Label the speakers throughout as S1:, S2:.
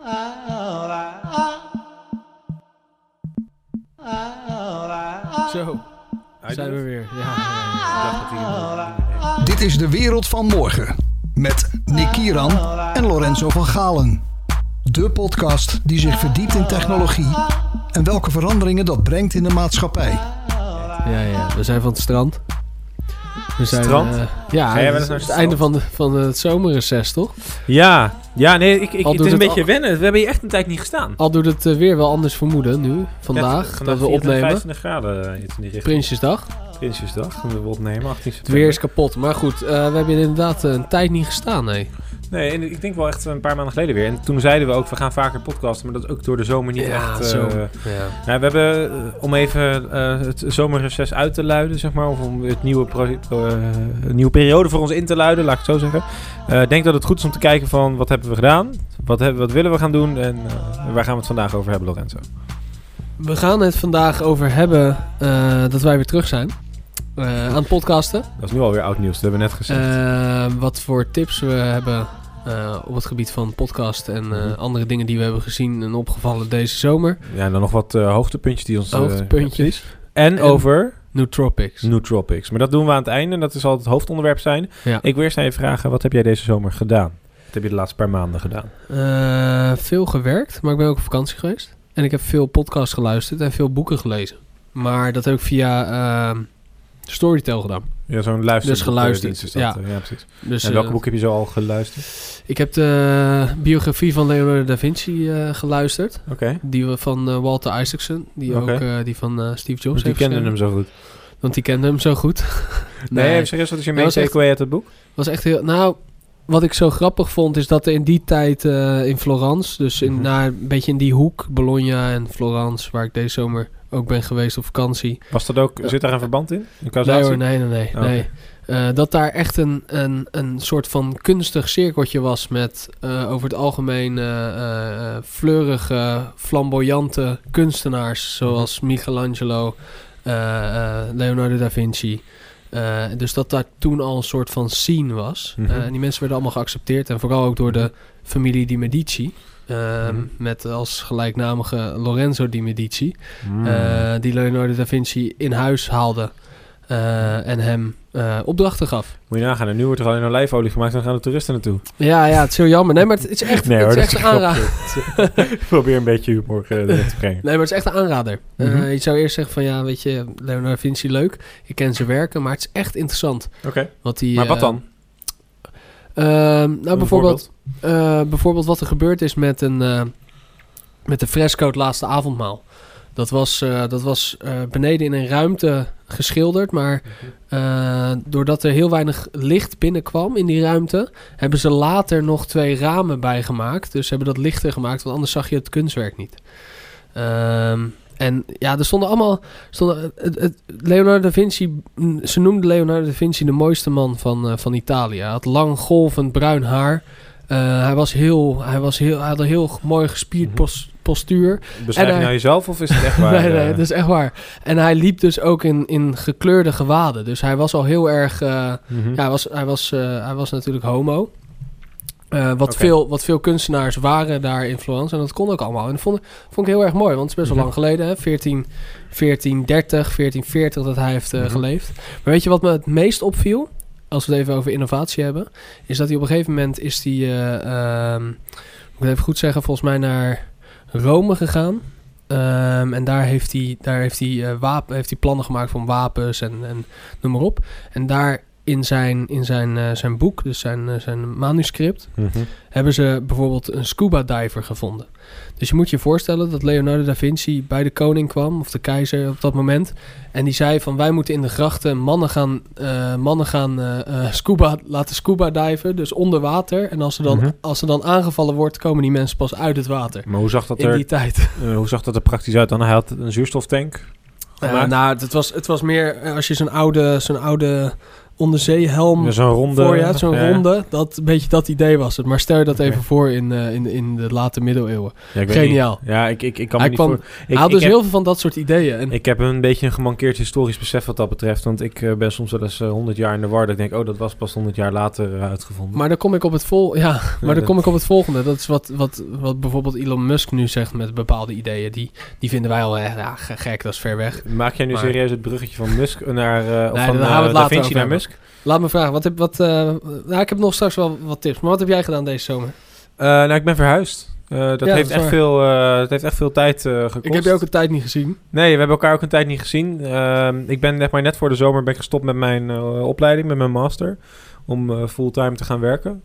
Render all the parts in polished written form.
S1: Zo, zijn we weer. Ja.
S2: Dit is de wereld van morgen. Met Nick Kieran en Lorenzo van Galen. De podcast die zich verdiept in technologie en welke veranderingen dat brengt in de maatschappij.
S1: Ja, we zijn van het strand. We zijn,
S3: strand?
S1: Het is het einde van het zomerreces, toch?
S3: Ja, nee, het is een beetje wennen. We hebben hier echt een tijd niet gestaan.
S1: Al doet het weer wel anders vermoeden nu, vandaag dat we opnemen.
S3: 25 graden iets in die richting.
S1: Prinsjesdag.
S3: We opnemen, 18 september.
S1: Het weer is kapot, maar goed, we hebben inderdaad een tijd niet gestaan, nee.
S3: Nee, en ik denk wel echt een paar maanden geleden weer. En toen zeiden we ook, we gaan vaker podcasten, maar dat is ook door de zomer niet echt...
S1: Ja.
S3: Nou, we hebben, om even het zomerreces uit te luiden, zeg maar, of om het nieuwe periode voor ons in te luiden, laat ik het zo zeggen. Ik denk dat het goed is om te kijken van, wat hebben we gedaan? Wat willen we gaan doen? En waar gaan we het vandaag over hebben, Lorenzo?
S1: We gaan het vandaag over hebben dat wij weer terug zijn. Aan het podcasten.
S3: Dat is nu alweer oud nieuws, dat hebben we net gezegd.
S1: Wat voor tips we hebben op het gebied van podcast en andere dingen die we hebben gezien en opgevallen deze zomer.
S3: Ja, en dan nog wat hoogtepuntjes die ons...
S1: Hoogtepuntjes.
S3: En over...
S1: Nootropics.
S3: Maar dat doen we aan het einde en dat is altijd het hoofdonderwerp zijn. Ja. Ik wil eerst aan je vragen, wat heb jij deze zomer gedaan? Wat heb je de laatste paar maanden gedaan?
S1: Veel gewerkt, maar ik ben ook op vakantie geweest. En ik heb veel podcasts geluisterd en veel boeken gelezen. Maar dat heb ik via... Storytel gedaan.
S3: Ja, zo'n luisterboek.
S1: Dus geluisterd.
S3: Ja, precies.
S1: Dus,
S3: en welke boek heb je zo al geluisterd?
S1: Ik heb de biografie van Leonardo da Vinci geluisterd.
S3: Okay.
S1: Die van Walter Isaacson. Die ook die van Steve Jobs
S3: heeft. Die kende hem zo goed.
S1: Want die kende hem zo goed.
S3: Nee, serieus, wat is je main takeaway uit het boek?
S1: Was echt heel... Nou, wat ik zo grappig vond, is dat er in die tijd in Florence, dus een beetje in die hoek, Bologna en Florence, waar ik deze zomer ook ben geweest op vakantie.
S3: Was dat ook, zit daar een verband in?
S1: Nee. Dat daar echt een soort van kunstig cirkeltje was met over het algemeen fleurige, flamboyante kunstenaars, zoals Michelangelo, Leonardo da Vinci. Dus dat daar toen al een soort van scene was. En die mensen werden allemaal geaccepteerd. En vooral ook door de familie Di Medici. Met als gelijknamige Lorenzo Di Medici. Die Leonardo da Vinci in huis haalde. En hem opdrachten gaf.
S3: Moet je nagaan, en nu wordt er al in olijfolie gemaakt en dan gaan de toeristen naartoe.
S1: Ja, het is heel jammer. Nee, maar het is echt, het is echt een aanrader.
S3: Ik probeer een beetje humor te brengen.
S1: Nee, maar het is echt een aanrader. Je zou eerst zeggen van, ja, weet je, Leonardo da Vinci leuk. Ik ken zijn werken, maar het is echt interessant.
S3: Oké. Maar wat dan?
S1: Bijvoorbeeld wat er gebeurd is met de fresco Het Laatste Avondmaal. Dat was beneden in een ruimte geschilderd, maar doordat er heel weinig licht binnenkwam in die ruimte, hebben ze later nog 2 ramen bijgemaakt. Dus ze hebben dat lichter gemaakt, want anders zag je het kunstwerk niet. En ja, er stonden Leonardo da Vinci, ze noemden Leonardo da Vinci de mooiste man van Italië. Hij had lang golvend bruin haar. Hij had een heel mooi gespierd postuur.
S3: Beschrijf je nou jezelf of is het echt waar?
S1: Nee, dat is echt waar. En hij liep dus ook in gekleurde gewaden. Dus hij was al heel erg... Hij was natuurlijk homo. Wat veel kunstenaars waren daar in Florence. En dat kon ook allemaal. En dat vond ik heel erg mooi. Want het is best wel lang geleden. Hè? 1440 dat hij heeft geleefd. Maar weet je wat me het meest opviel? Als we het even over innovatie hebben. Is dat hij op een gegeven moment is hij... moet ik het even goed zeggen. Volgens mij naar Rome gegaan. En daar heeft hij plannen gemaakt van wapens en noem maar op. En daar in zijn boek, dus zijn manuscript, hebben ze bijvoorbeeld een scuba diver gevonden. Dus je moet je voorstellen dat Leonardo da Vinci bij de koning kwam, of de keizer op dat moment. En die zei van, wij moeten in de grachten mannen gaan laten scuba diven, dus onder water. En als ze dan aangevallen wordt, komen die mensen pas uit het water.
S3: Maar hoe zag dat
S1: in die tijd?
S3: Hoe zag dat er praktisch uit dan? Hij had een zuurstoftank gemaakt?
S1: Het was meer als je zo'n oude onderzeehelm
S3: Ja, zo'n ronde.
S1: voor je, zo'n ronde. Dat, een beetje dat idee was het. Maar stel je dat even voor in de late middeleeuwen.
S3: Ja, ik weet
S1: Geniaal.
S3: niet. Ja, ik kan
S1: Hij
S3: me niet voor...
S1: Hij had dus heel veel van dat soort ideeën. En
S3: Ik heb een beetje een gemankeerd historisch besef wat dat betreft. Want ik ben soms wel eens 100 jaar in de war. Dat ik denk, dat was pas 100 jaar later uitgevonden.
S1: Maar dan kom ik op het volgende. Dat is wat bijvoorbeeld Elon Musk nu zegt met bepaalde ideeën. Die vinden wij al gek, dat is ver weg.
S3: Maak jij nu serieus het bruggetje van Musk naar
S1: van Da Vinci naar
S3: Musk?
S1: Laat me vragen, ik heb nog straks wel wat tips. Maar wat heb jij gedaan deze zomer?
S3: Ik ben verhuisd. Dat heeft echt veel tijd gekost.
S1: Ik heb je ook een tijd niet gezien.
S3: Nee, we hebben elkaar ook een tijd niet gezien. Ik ben net voor de zomer gestopt met mijn opleiding, met mijn master. Om fulltime te gaan werken.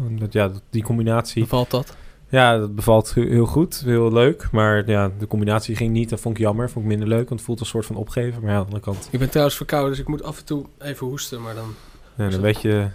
S3: Die combinatie...
S1: Bevalt dat?
S3: Ja, dat bevalt heel goed. Heel leuk. Maar ja, de combinatie ging niet. Dat vond ik jammer. Vond ik minder leuk. Want het voelt een soort van opgeven. Maar ja, aan de andere kant...
S1: Ik ben trouwens verkouden, dus ik moet af en toe even hoesten. Maar dan...
S3: Ja, dan weet je...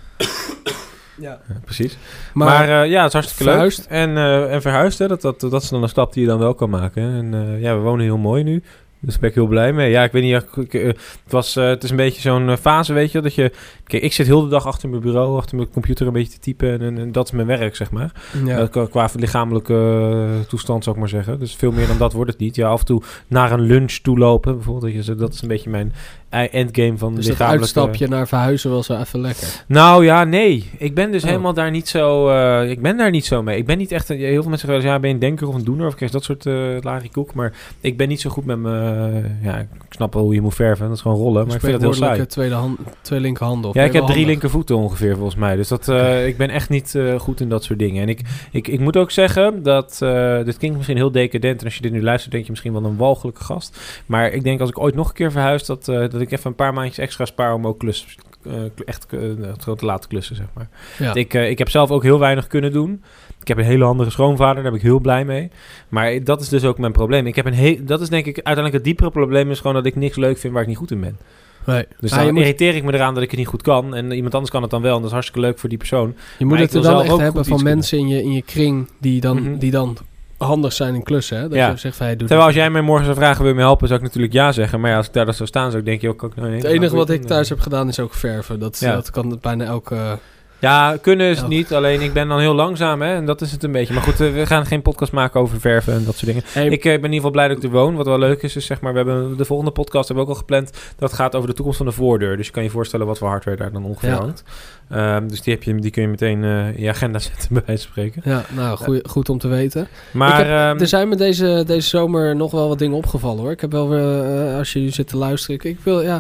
S1: Ja,
S3: precies. Maar het is hartstikke
S1: verhuisd.
S3: Leuk. En verhuisd, hè, dat is dan een stap die je dan wel kan maken. En we wonen heel mooi nu. Dus daar ben ik heel blij mee. Ja, ik weet niet. Het is een beetje zo'n fase, weet je. Dat je... Kijk, ik zit heel de dag achter mijn bureau, achter mijn computer een beetje te typen. En dat is mijn werk, zeg maar.
S1: Ja.
S3: Qua lichamelijke toestand, zou ik maar zeggen. Dus veel meer dan dat wordt het niet. Ja, af en toe naar een lunch toe lopen, bijvoorbeeld. Dat is een beetje mijn endgame van
S1: dus
S3: lichamelijke...
S1: dat uitstapje naar verhuizen was wel even lekker.
S3: Nou ja, nee. Ik ben dus helemaal daar niet zo... ik ben daar niet zo mee. Ik ben niet echt... heel veel mensen zeggen wel eens, ben je een denker of een doener? Of krijg je dat soort lariekoek? Maar ik ben niet zo goed met mijn... ik snap wel hoe je moet verven. Dat is gewoon rollen. Maar ik vind dat heel saai.
S1: Twee linkerhanden.
S3: Ja, ik heb 3 linkervoeten ongeveer volgens mij. Dus ik ben echt niet goed in dat soort dingen. En ik moet ook zeggen dat... dit klinkt misschien heel decadent. En als je dit nu luistert, denk je misschien wel een walgelijke gast. Maar ik denk als ik ooit nog een keer verhuis... dat ik even een paar maandjes extra spaar om ook echt te laten klussen, zeg maar. Ja. Ik heb zelf ook heel weinig kunnen doen. Ik heb een hele handige schoonvader, daar ben ik heel blij mee. Maar dat is dus ook mijn probleem. Dat is denk ik uiteindelijk het diepere probleem is gewoon dat ik niks leuk vind waar ik niet goed in ben.
S1: Nee.
S3: Dus dan irriteer ik me eraan dat ik het niet goed kan. En iemand anders kan het dan wel. En dat is hartstikke leuk voor die persoon.
S1: Je moet het er dan echt hebben van mensen in je kring die dan handig zijn in klussen. Hè? Dat je zegt van,
S3: terwijl als jij mij morgen zou vragen, wil je me helpen, zou ik natuurlijk ja zeggen. Maar ja, als ik daar zou staan, zou ik denken...
S1: Het enige wat ik thuis heb gedaan is ook verven. Dat kan bijna elke...
S3: Ja, kunnen is het niet. Alleen ik ben dan heel langzaam, hè. En dat is het een beetje. Maar goed, we gaan geen podcast maken over verven en dat soort dingen. Hey, ik ben in ieder geval blij dat ik er woon. Wat wel leuk is zeg maar... We hebben de volgende podcast hebben we ook al gepland. Dat gaat over de toekomst van de voordeur. Dus je kan je voorstellen wat voor hardware daar dan ongeveer hangt. Dus die kun je meteen in je agenda zetten, bij wijze van spreken.
S1: Ja, nou, goed om te weten.
S3: Maar
S1: er zijn me deze zomer nog wel wat dingen opgevallen, hoor. Ik heb wel weer, als je nu zit te luisteren...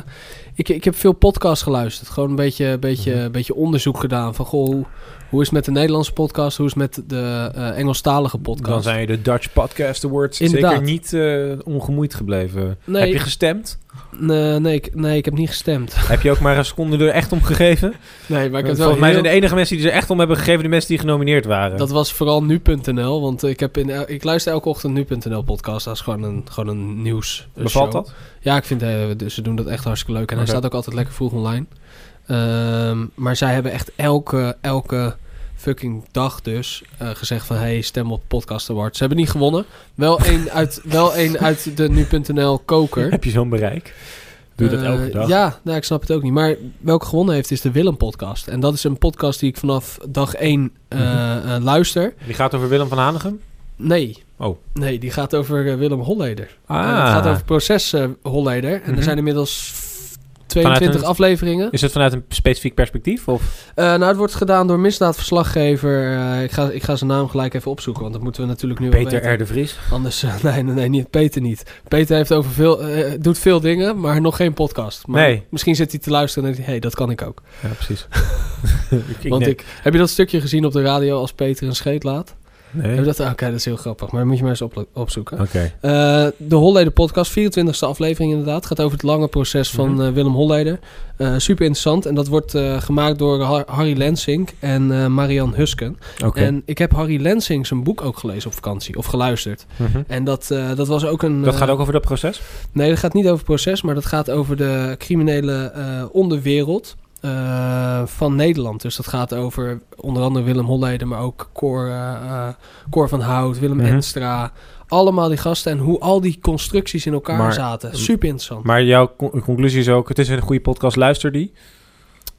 S1: Ik heb veel podcasts geluisterd. Gewoon een beetje onderzoek gedaan. Van, goh, hoe is het met de Nederlandse podcast? Hoe is het met de Engelstalige podcast?
S3: Dan zijn je de Dutch Podcast Awards zeker niet ongemoeid gebleven. Nee. Heb je gestemd?
S1: Nee, ik heb niet gestemd.
S3: Heb je ook maar een seconde er echt om gegeven?
S1: Nee, maar ik heb
S3: volgens mij zijn de enige mensen die er echt om hebben gegeven de mensen die genomineerd waren.
S1: Dat was vooral nu.nl, want ik luister elke ochtend nu.nl podcast. Dat is gewoon een nieuws.
S3: Bevalt dat?
S1: Ja, ik vind ze doen dat echt hartstikke leuk. En hij staat ook altijd lekker vroeg online. Maar zij hebben echt elke fucking dag dus gezegd van... hey, stem op Podcast Awards. Ze hebben niet gewonnen. Wel een uit de nu.nl koker.
S3: Heb je zo'n bereik? Doe je dat elke dag?
S1: Ja, nou, ik snap het ook niet. Maar welke gewonnen heeft is de Willem podcast. En dat is een podcast die ik vanaf dag 1 luister.
S3: Die gaat over Willem van Hanegem?
S1: Nee.
S3: Oh.
S1: Nee, die gaat over Willem Holleder. Het gaat over proces Holleder. En er zijn inmiddels 22 afleveringen.
S3: Is het vanuit een specifiek perspectief? Of?
S1: Het wordt gedaan door misdaadverslaggever. Ik ga zijn naam gelijk even opzoeken, want dat moeten we natuurlijk nu
S3: Peter
S1: wel weten.
S3: R. de Vries?
S1: Anders, nee, niet Peter niet. Peter heeft doet veel dingen, maar nog geen podcast. Maar misschien zit hij te luisteren en denkt hij, dat kan ik ook.
S3: Ja, precies.
S1: Heb je dat stukje gezien op de radio als Peter een scheet laat?
S3: Nee.
S1: Oké, dat is heel grappig. Maar dat moet je maar eens opzoeken.
S3: Okay.
S1: De Holleder podcast, 24e aflevering inderdaad. Gaat over het lange proces van Willem Holleder. Super interessant. En dat wordt gemaakt door Harry Lensink en Marian Husken.
S3: Okay.
S1: En ik heb Harry Lensink zijn boek ook gelezen op vakantie. Of geluisterd. En dat was ook een...
S3: Dat gaat ook over dat proces?
S1: Nee, dat gaat niet over het proces. Maar dat gaat over de criminele onderwereld. Van Nederland. Dus dat gaat over onder andere Willem Holleder, maar ook Cor van Hout, Willem Enstra. Allemaal die gasten en hoe al die constructies in elkaar zaten. Super interessant.
S3: Maar jouw conclusie is ook, het is een goede podcast, luister die?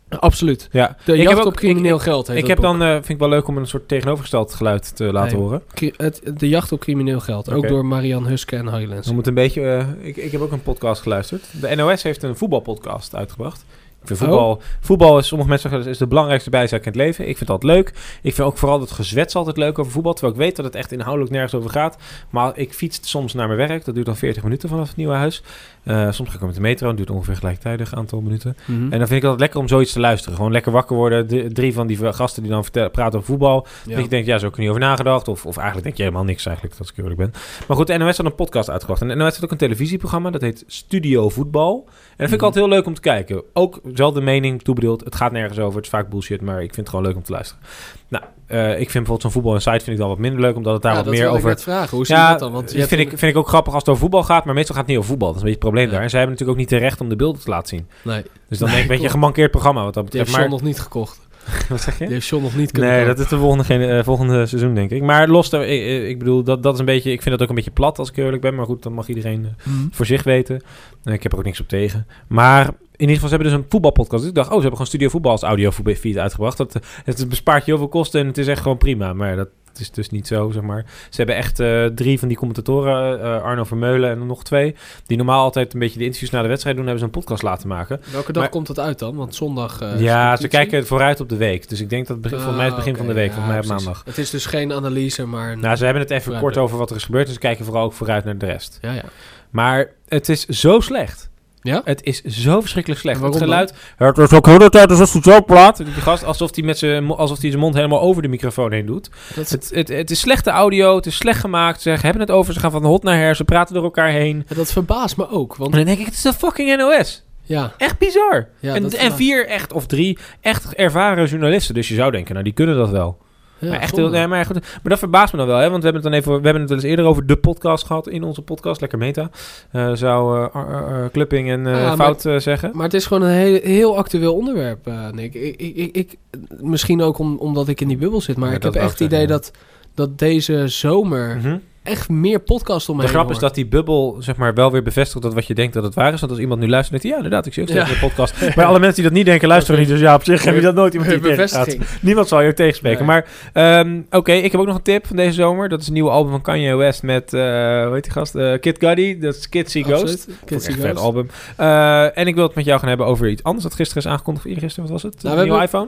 S1: Absoluut.
S3: Ja.
S1: De jacht op crimineel geld heet
S3: Ik
S1: dat
S3: heb
S1: boek.
S3: dan, vind ik wel leuk om een soort tegenovergesteld geluid te laten horen.
S1: De jacht op crimineel geld. Ook door Marian Huske en Harry Lens.
S3: We moeten een beetje... ik heb ook een podcast geluisterd. De NOS heeft een voetbalpodcast uitgebracht. Ik vind voetbal is, sommige mensen zeggen, is de belangrijkste bijzaak in het leven. Ik vind het altijd leuk. Ik vind ook vooral het gezwets altijd leuk over voetbal. Terwijl ik weet dat het echt inhoudelijk nergens over gaat. Maar ik fiets soms naar mijn werk. Dat duurt dan 40 minuten vanaf het nieuwe huis. Soms ga ik met de metro. Het duurt ongeveer gelijktijdig een aantal minuten.
S1: Mm-hmm.
S3: En dan vind ik altijd lekker om zoiets te luisteren. Gewoon lekker wakker worden. 3 van die gasten die dan praten over voetbal.
S1: Ja.
S3: Dat je denkt, zo heb ik er niet over nagedacht. Of eigenlijk denk je helemaal niks eigenlijk, als ik eerlijk ben. Maar goed, de NOS had een podcast uitgebracht. En de NOS had ook een televisieprogramma. Dat heet Studio Voetbal. En dat vind ik altijd heel leuk om te kijken. Ook dezelfde mening toebedoeld. Het gaat nergens over. Het is vaak bullshit. Maar ik vind het gewoon leuk om te luisteren. Nou, ik vind bijvoorbeeld zo'n Voetbal Insight vind ik dan wat minder leuk. Omdat het daar wat meer over...
S1: vragen. Hoe zie je dat dan? Want
S3: vind ik ook grappig als het over voetbal gaat. Maar meestal gaat het niet over voetbal. Dat is een beetje het probleem daar. En zij hebben natuurlijk ook niet het recht om de beelden te laten zien.
S1: Nee.
S3: Dus dan denk ik een beetje een gemankeerd programma wat dat betreft.
S1: Die heeft John nog niet gekocht.
S3: Wat zeg je?
S1: Die heeft John nog niet kunnen
S3: Nee,
S1: kopen.
S3: dat is de volgende seizoen, denk ik. Maar los, ik bedoel, dat is een beetje... Ik vind dat ook een beetje plat, als ik eerlijk ben. Maar goed, dan mag iedereen voor zich weten. Ik heb er ook niks op tegen. Maar in ieder geval, ze hebben dus een voetbalpodcast. Dus ik dacht, ze hebben gewoon Studio Voetbal als audiofeed uitgebracht. Het bespaart je heel veel kosten en het is echt gewoon prima. Maar dat is dus niet zo, zeg maar. Ze hebben echt 3 van die commentatoren, Arno Vermeulen en nog 2... die normaal altijd een beetje de interviews na de wedstrijd doen, hebben ze een podcast laten maken.
S1: Welke dag komt dat uit dan? Want zondag...
S3: ze kijken vooruit op de week. Dus ik denk dat voor mij is het begin van de week. Volgens mij op maandag.
S1: Het is dus geen analyse, maar...
S3: Nou, ze hebben het even kort over wat er is gebeurd. Dus ze kijken vooral ook vooruit naar de rest.
S1: Ja.
S3: Maar het is zo slecht.
S1: Ja?
S3: Het is zo verschrikkelijk slecht.
S1: Waarom
S3: het geluid... Het is ook de hele tijd alsof hij zo praat. Die gast, alsof hij zijn mond helemaal over de microfoon heen doet. Het is slechte audio. Het is slecht gemaakt. Ze hebben het over. Ze gaan van hot naar her. Ze praten door elkaar heen.
S1: Dat verbaast me ook. Want...
S3: En dan denk ik, het is de fucking NOS.
S1: Ja.
S3: Echt bizar.
S1: Ja,
S3: en 4 echt, of 3 echt ervaren journalisten. Dus je zou denken, nou die kunnen dat wel.
S1: Ja,
S3: maar echt heel, maar dat verbaast me dan wel, hè? Want we hebben het wel eens eerder over de podcast gehad in onze podcast, lekker meta. Zou Clupping en Fout zeggen.
S1: Maar het is gewoon een heel actueel onderwerp, Nick. Ik misschien ook omdat ik in die bubbel zit, maar ik heb echt het idee dat deze zomer echt meer podcast om me heen
S3: De grap is dat die bubbel, zeg maar, wel weer bevestigt dat wat je denkt dat het waar is. Want als iemand nu luistert, denkt hij, inderdaad, ik zie ook steeds de podcast. Maar alle mensen die dat niet denken, luisteren niet. Dus ja, op zich heb je dat nooit iemand die tegengaat. Niemand zal je ook tegenspreken. Nee. Maar oké, ik heb ook nog een tip van deze zomer. Dat is een nieuwe album van Kanye West met, hoe heet die gast? Kid Cudi. Dat is Kids See Ghost.
S1: Kids See
S3: Ghost. Vet album. En ik wil het met jou gaan hebben over iets anders dat gisteren is aangekondigd. Of eergisteren, wat was het? Een nieuwe iPhone?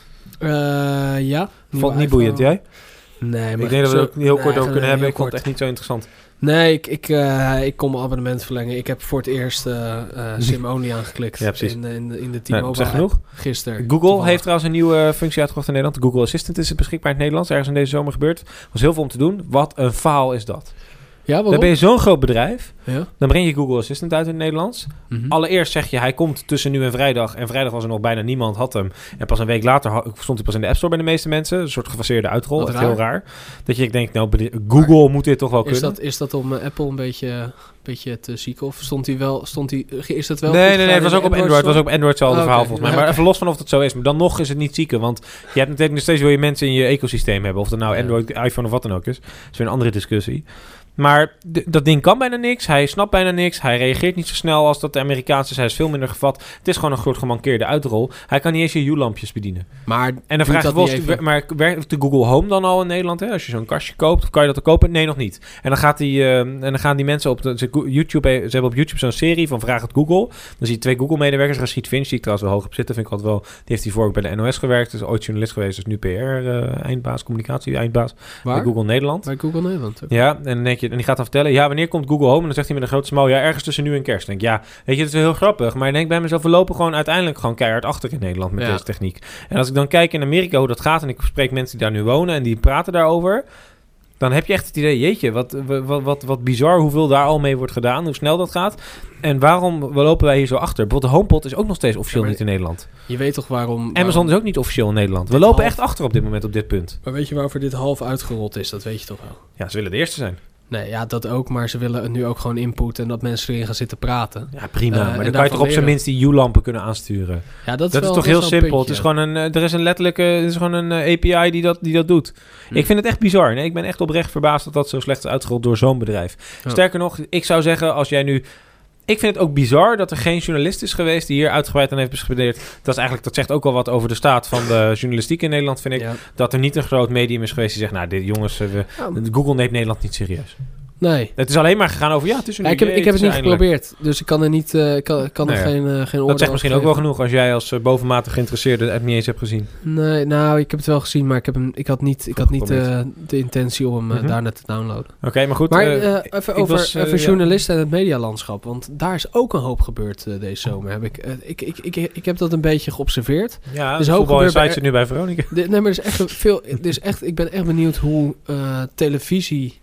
S1: Ja.
S3: Vond het niet boeiend, jij?
S1: Nee, maar
S3: ik denk dat we er ook heel kort over kunnen hebben. Ik vond het echt niet zo interessant.
S1: Nee, ik kon mijn abonnement verlengen. Ik heb voor het eerst SIM-only aangeklikt.
S3: Ja, precies.
S1: In de T-Mobile
S3: zeg genoeg.
S1: Gisteren.
S3: Google heeft trouwens een nieuwe functie uitgebracht in Nederland. Google Assistant is beschikbaar in het Nederlands. Ergens in deze zomer gebeurd. Er was heel veel om te doen. Wat een faal is dat.
S1: Ja, waarom?
S3: Dan ben je zo'n groot bedrijf.
S1: Ja.
S3: Dan breng je Google Assistant uit in het Nederlands.
S1: Mm-hmm.
S3: Allereerst zeg je, hij komt tussen nu en vrijdag. En vrijdag was er nog bijna niemand, had hem. En pas een week later stond hij pas in de App Store bij de meeste mensen. Een soort gefaseerde uitrol. Dat is heel raar. Dat je denkt, nou, Google moet dit toch wel kunnen.
S1: Is dat om Apple een beetje te zieken? Of is dat wel
S3: Nee, het was ook op Android. Het was ook op Android hetzelfde verhaal volgens mij. Maar even los van of dat zo is. Maar dan nog is het niet zieken. Want je hebt natuurlijk nog steeds wil je mensen in je ecosysteem hebben. Of dat nou Android, iPhone of wat dan ook is. Dat is weer een andere discussie. Maar dat ding kan bijna niks. Hij snapt bijna niks. Hij reageert niet zo snel als dat de Amerikaanse is. Hij is veel minder gevat. Het is gewoon een groot gemankeerde uitrol. Hij kan niet eens je Hue-lampjes bedienen.
S1: Maar
S3: en dan vraag je maar werkt de Google Home dan al in Nederland? Hè? Als je zo'n kastje koopt, of kan je dat ook kopen? Nee, nog niet. En dan gaan die mensen op YouTube... Ze hebben op YouTube zo'n serie van Vraag het Google. Dan zie je 2 Google-medewerkers. Rashid Finch, die ik trouwens wel hoog op zitten. Vind ik altijd wel... Die heeft hiervoor ook bij de NOS gewerkt. Is ooit journalist geweest. Dus nu PR-eindbaas, communicatie-eindbaas. Bij Google Nederland.
S1: Bij Google Nederland. Ook.
S3: Ja, en dan denk je... En die gaat dan vertellen, ja, wanneer komt Google Home? En dan zegt hij met een grote smal, ja, ergens tussen nu en kerst. Dan denk ik, ja, weet je, het is wel heel grappig. Maar ik denk bij mezelf, we lopen gewoon uiteindelijk gewoon keihard achter in Nederland met deze techniek. En als ik dan kijk in Amerika hoe dat gaat, en ik spreek mensen die daar nu wonen en die praten daarover, dan heb je echt het idee, jeetje, wat bizar hoeveel daar al mee wordt gedaan, hoe snel dat gaat. En waarom lopen wij hier zo achter? Bijvoorbeeld de HomePod is ook nog steeds officieel niet in Nederland.
S1: Je weet toch waarom...
S3: Amazon is ook niet officieel in Nederland. We lopen echt achter op dit moment, op dit punt.
S1: Maar weet je waarvoor dit half uitgerold is? Dat weet je toch wel?
S3: Ja, ze willen de eerste zijn.
S1: Nee, ja, dat ook. Maar ze willen nu ook gewoon input en dat mensen erin gaan zitten praten.
S3: Ja, prima. Maar dan kan je toch op zijn minst die Hue-lampen kunnen aansturen.
S1: Ja, dat
S3: is toch heel simpel. Het is gewoon een API die dat doet. Ik vind het echt bizar. Nee, ik ben echt oprecht verbaasd dat dat zo slecht is uitgerold door zo'n bedrijf. Ja. Sterker nog, ik zou zeggen, als jij nu... Ik vind het ook bizar dat er geen journalist is geweest die hier uitgebreid aan heeft bespreekt. Dat zegt ook wel wat over de staat van de journalistiek in Nederland, vind ik. Ja. Dat er niet een groot medium is geweest die zegt, nou, dit jongens, Google neemt Nederland niet serieus.
S1: Nee.
S3: Het is alleen maar gegaan over, het is een idee,
S1: ik heb het niet geprobeerd, dus ik kan er niet, kan er geen oordeel.
S3: Dat zegt misschien ook wel genoeg als jij als bovenmatig geïnteresseerde het niet eens hebt gezien.
S1: Nee, nou, ik heb het wel gezien, maar ik had niet de intentie om hem daarna te downloaden.
S3: Oké, maar goed.
S1: Maar even over journalisten en het medialandschap, want daar is ook een hoop gebeurd deze zomer. Ik heb dat een beetje geobserveerd.
S3: Ja, dus Voetbal Insight zit nu bij Veronica.
S1: Nee, maar er is echt veel. Ik ben echt benieuwd hoe televisie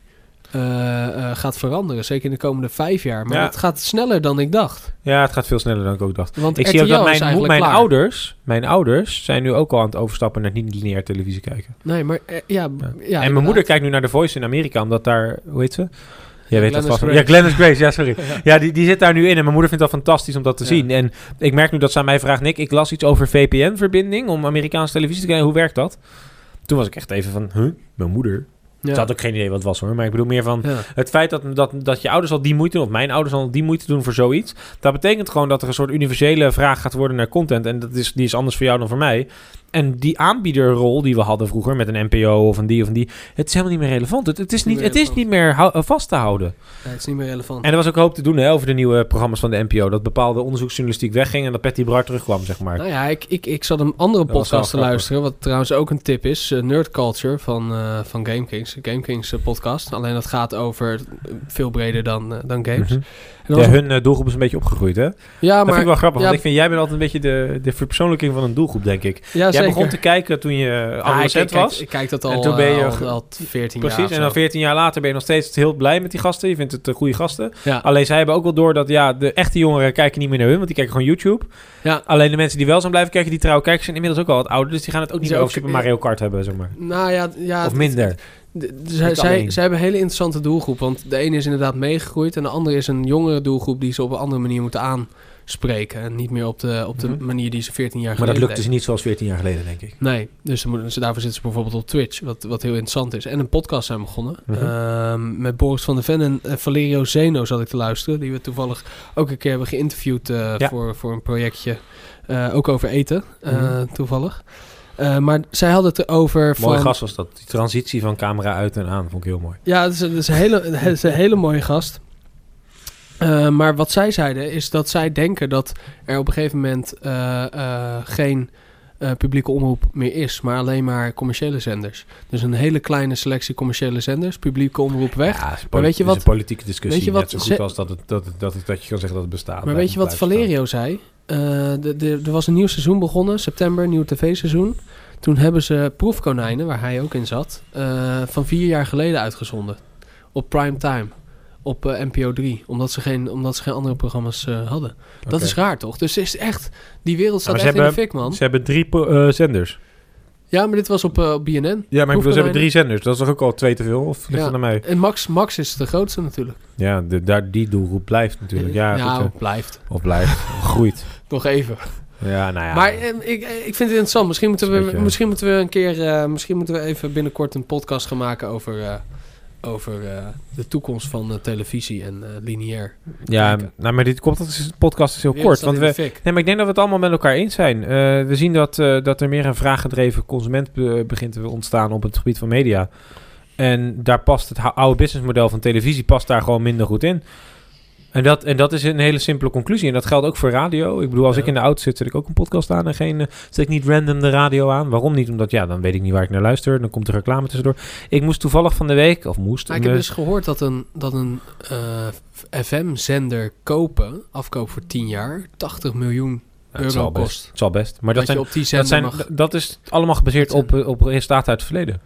S1: gaat veranderen. Zeker in de komende 5 jaar. Maar het gaat sneller dan ik dacht.
S3: Ja, het gaat veel sneller dan ik ook dacht.
S1: Want
S3: ik
S1: RTL
S3: zie ook dat mijn ouders zijn nu ook al aan het overstappen naar niet-lineair televisie kijken.
S1: Nee, maar ja,
S3: en mijn moeder kijkt nu naar The Voice in Amerika, omdat daar, hoe heet ze? Jij weet dat vast. Ja, Glennis Grace, ja, sorry. Ja, die zit daar nu in en mijn moeder vindt dat fantastisch om dat te zien. En ik merk nu dat ze aan mij vraagt, Nick, ik las iets over VPN-verbinding om Amerikaanse televisie te kijken. Hoe werkt dat? Toen was ik echt even van, mijn moeder? Ze had ook geen idee wat het was, hoor. Maar ik bedoel meer van het feit dat je ouders al die moeite doen, of mijn ouders al die moeite doen voor zoiets. Dat betekent gewoon dat er een soort universele vraag gaat worden naar content. En die is anders voor jou dan voor mij. En die aanbiederrol die we hadden vroeger met een NPO of een die, het is helemaal niet meer relevant. Het is niet meer vast te houden.
S1: Nee, het is niet meer relevant.
S3: En er was ook hoop te doen over de nieuwe programma's van de NPO. Dat bepaalde onderzoeksjournalistiek wegging en dat Patty Brar terugkwam, zeg maar.
S1: Nou ja, ik zat een andere podcast te luisteren, wat trouwens ook een tip is. Nerd Culture van GameKings. GameKings podcast. Alleen dat gaat over veel breder dan games.
S3: Mm-hmm. Hun doelgroep is een beetje opgegroeid, hè?
S1: Ja,
S3: dat vind ik wel grappig, want ik vind, jij bent altijd een beetje de verpersoonlijking van een doelgroep, denk ik.
S1: Ja,
S3: jij begon te kijken toen je adolescent was.
S1: Ik kijk dat al,
S3: en toen ben je
S1: al 14
S3: jaar.
S1: Precies,
S3: en dan 14 jaar later ben je nog steeds heel blij met die gasten. Je vindt het goede gasten.
S1: Ja.
S3: Alleen zij hebben ook wel door dat de echte jongeren kijken niet meer naar hun, want die kijken gewoon YouTube. Ja. Alleen de mensen die wel zijn blijven kijken, die trouwe kijkers, zijn inmiddels ook al wat ouder. Dus die gaan het ook niet meer over Super Mario Kart hebben, zeg maar.
S1: Nou ja.
S3: Of minder.
S1: Zij hebben een hele interessante doelgroep. Want de ene is inderdaad meegegroeid en de andere is een jongere doelgroep die ze op een andere manier moeten aanspreken. En niet meer op de manier die ze 14 jaar geleden
S3: Maar dat lukte ze niet zoals 14 jaar geleden, denk ik.
S1: Nee, dus daarvoor zitten ze bijvoorbeeld op Twitch, wat heel interessant is. En een podcast zijn begonnen. Met Boris van der Ven en Valerio Zeno zat ik te luisteren. Die we toevallig ook een keer hebben geïnterviewd voor een projectje. Ook over eten, toevallig. Maar zij hadden het erover
S3: Mooi gast was dat. Die transitie van camera uit en aan vond ik heel mooi.
S1: Ja, het is een hele mooie gast. Maar wat zij zeiden is dat zij denken dat er op een gegeven moment geen publieke omroep meer is, maar alleen maar commerciële zenders. Dus een hele kleine selectie commerciële zenders, publieke omroep weg. Ja,
S3: maar weet je wat? Het is een politieke discussie. Weet je wat, net zo goed als dat je kan zeggen dat het bestaat.
S1: Maar weet je wat Valerio zei? Er was een nieuw seizoen begonnen, september, nieuw tv-seizoen. Toen hebben ze Proefkonijnen, waar hij ook in zat, van 4 jaar geleden uitgezonden. Op prime time. Op NPO 3. Omdat ze geen andere programma's hadden. Okay. Dat is raar, toch? Dus is echt, die wereld staat echt in de fik, man.
S3: Ze hebben 3 zenders.
S1: Ja, maar dit was op BNN.
S3: Ja, maar ik bedoel, ze hebben 3 zenders. Dat is toch ook al 2 te veel? Of ligt er naar mij?
S1: En Max is de grootste natuurlijk.
S3: Ja, die doelgroep blijft natuurlijk. Ja, goed,
S1: blijft.
S3: Of blijft. Groeit.
S1: Nog even.
S3: Ja, nou ja.
S1: Maar ik vind het interessant. Misschien moeten we een keer... misschien moeten we even binnenkort een podcast gaan maken over de toekomst van televisie en lineair.
S3: Ja, nou, maar dit podcast is heel kort. Want maar ik denk dat we het allemaal met elkaar eens zijn. We zien dat er meer een vraaggedreven consument begint te ontstaan op het gebied van media. En daar past het oude businessmodel van televisie past daar gewoon minder goed in. En dat is een hele simpele conclusie. En dat geldt ook voor radio. Ik bedoel, als ik in de auto zit ik ook een podcast aan en zet ik niet random de radio aan. Waarom niet? Omdat, dan weet ik niet waar ik naar luister. Dan komt er reclame tussendoor. Ik moest toevallig van de week, of moest...
S1: Maar ik heb dus gehoord dat een FM-zender afkoop voor 10 jaar, 80 miljoen euro kost.
S3: Het zal best. Maar dat is allemaal gebaseerd op resultaten uit het verleden.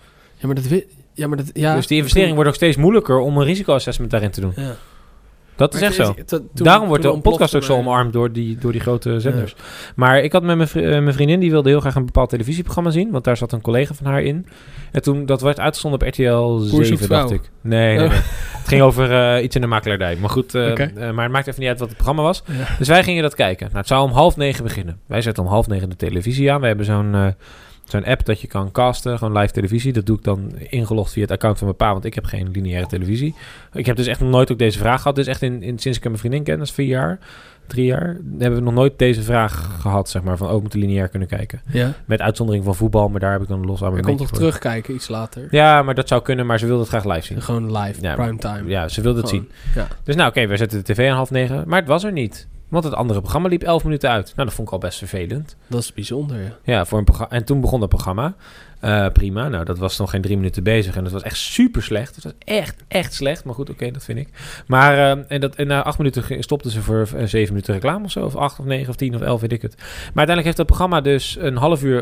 S3: Dus die investering wordt ook steeds moeilijker om een risicoassessment daarin te doen. Ja. Dat is echt zo. Daarom wordt de podcast ook zo omarmd door die grote zenders. Ja. Maar ik had met mijn vriendin, die wilde heel graag een bepaald televisieprogramma zien. Want daar zat een collega van haar in. En toen, dat werd uitgezonden op RTL 7, dacht ik. Nee. Het ging over iets in de makelaardij. Maar goed, maar het maakt even niet uit wat het programma was. Ja. Dus wij gingen dat kijken. Nou, het zou om 8:30 beginnen. Wij zetten om 8:30 de televisie aan. We hebben Zo'n app dat je kan casten, gewoon live televisie. Dat doe ik dan ingelogd via het account van mijn pa, want ik heb geen lineaire televisie. Ik heb dus echt nog nooit ook deze vraag gehad. Dus echt sinds ik mijn vriendin ken, dat is 4 jaar, 3 jaar, hebben we nog nooit deze vraag gehad, zeg maar, van ook moeten lineair kunnen kijken. Ja. Met uitzondering van voetbal, maar daar heb ik dan los aan mijn.
S1: Je komt toch terugkijken iets later?
S3: Ja, maar dat zou kunnen, maar ze wilde het graag live zien.
S1: Gewoon live, primetime.
S3: Ja, ze wilde het zien. Ja. Dus nou, oké, we zetten de tv aan 8:30, maar het was er niet. Want het andere programma liep 11 minuten uit. Nou, dat vond ik al best vervelend.
S1: Dat is bijzonder, ja.
S3: Ja, voor een programma. En toen begon dat programma. Prima. Nou, dat was nog geen 3 minuten bezig. En dat was echt super slecht. Het was echt slecht. Maar goed, oké, dat vind ik. Maar en na 8 minuten stopten ze voor 7 minuten reclame of zo. Of 8 of 9 of 10 of 11, weet ik het. Maar uiteindelijk heeft dat programma dus een half uur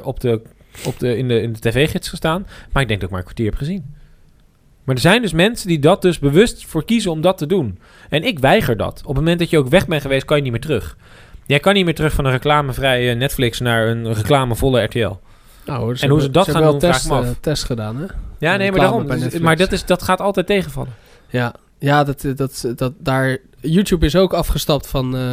S3: in de tv-gids gestaan. Maar ik denk dat ik maar een kwartier heb gezien. Maar er zijn dus mensen die dat dus bewust voor kiezen om dat te doen. En ik weiger dat. Op het moment dat je ook weg bent geweest, kan je niet meer terug. Jij kan niet meer terug van een reclamevrije Netflix naar een reclamevolle RTL.
S1: Nou,
S3: en hoe ze dat gaan doen, vraag ik me af.
S1: Test gedaan, hè?
S3: Ja, nee, maar daarom. Maar dat gaat altijd tegenvallen.
S1: Ja, dat daar... YouTube is ook afgestapt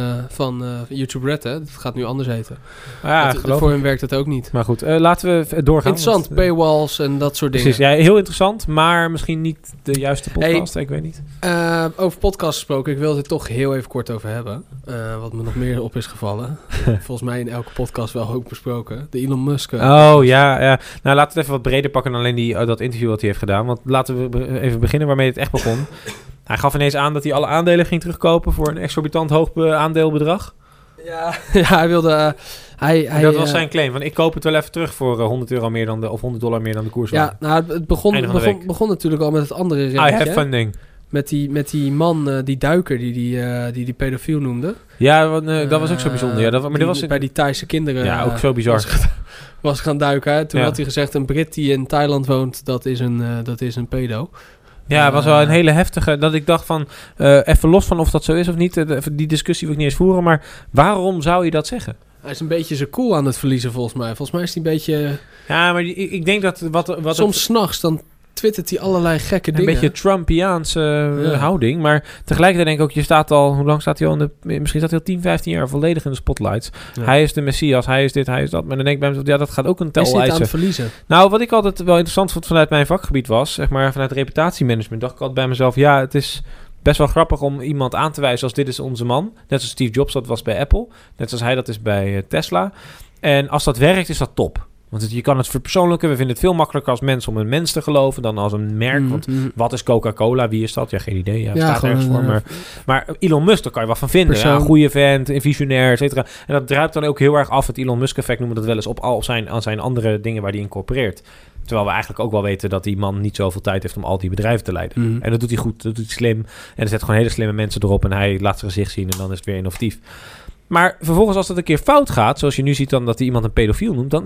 S1: van YouTube Red, hè? Dat gaat nu anders heten.
S3: Ja,
S1: voor hen werkt het ook niet.
S3: Maar goed, laten we doorgaan.
S1: Interessant, paywalls en dat soort dingen.
S3: Precies, ja, heel interessant, maar misschien niet de juiste podcast, ik weet niet.
S1: Over podcast gesproken, ik wil het toch heel even kort over hebben. Wat me nog meer op is gevallen. Volgens mij in elke podcast wel ook besproken. De Elon Musk.
S3: Ja. Nou, laten we het even wat breder pakken dan alleen dat interview wat hij heeft gedaan. Want laten we even beginnen waarmee het echt begon. Hij gaf ineens aan dat hij alle aandelen ging terugkopen voor een exorbitant hoog aandeelbedrag. Ja,
S1: hij wilde...
S3: dat was zijn claim. Want ik koop het wel even terug voor €100 meer dan of $100 meer dan de koers.
S1: Ja, nou, het begon natuurlijk al met het andere relletje.
S3: I have funding.
S1: Met die man, die duiker, die pedofiel noemde.
S3: Ja, dat was ook zo bijzonder. Ja, dat was
S1: bij die Thaise kinderen.
S3: Ja, ook zo bizar.
S1: Was gaan duiken. Hè? Toen had hij gezegd, een Brit die in Thailand woont, dat is een pedo.
S3: Ja, het was wel een hele heftige... Dat ik dacht van... even los van of dat zo is of niet. Die discussie wil ik niet eens voeren. Maar waarom zou je dat zeggen?
S1: Hij is een beetje zijn cool aan het verliezen volgens mij. Volgens mij is hij een beetje...
S3: Ja, maar ik denk dat...
S1: Soms 's nachts dan twittert hij allerlei gekke dingen.
S3: Een beetje Trumpiaanse houding. Maar tegelijkertijd denk ik ook... Je staat al... Hoe lang staat hij al? Misschien staat hij al 10, 15 jaar volledig in de spotlights. Ja. Hij is de Messias. Hij is dit, hij is dat. Maar dan denk ik bij mezelf... Ja, dat gaat ook een tel eisen.
S1: Is dit aan het verliezen?
S3: Nou, wat ik altijd wel interessant vond vanuit mijn vakgebied was... Zeg maar vanuit reputatiemanagement... Dacht ik altijd bij mezelf... Ja, het is... Best wel grappig om iemand aan te wijzen als dit is onze man. Net zoals Steve Jobs dat was bij Apple. Net zoals hij dat is bij Tesla. En als dat werkt is dat top. Want je kan het verpersoonlijken. We vinden het veel makkelijker als mens om een mens te geloven dan als een merk. Want wat is Coca-Cola? Wie is dat? Ja, geen idee. Ja, het staat ergens voor. Maar Elon Musk, daar kan je wat van vinden. Ja, een goede vent, een visionair, et cetera. En dat druipt dan ook heel erg af. Het Elon Musk-effect noemen we dat wel eens op aan zijn andere dingen waar hij incorporeert. Terwijl we eigenlijk ook wel weten dat die man niet zoveel tijd heeft om al die bedrijven te leiden. En dat doet hij goed, dat doet hij slim. En er zet gewoon hele slimme mensen erop en hij laat zijn gezicht zien en dan is het weer innovatief. Maar vervolgens als dat een keer fout gaat, zoals je nu ziet dan dat hij iemand een pedofiel noemt,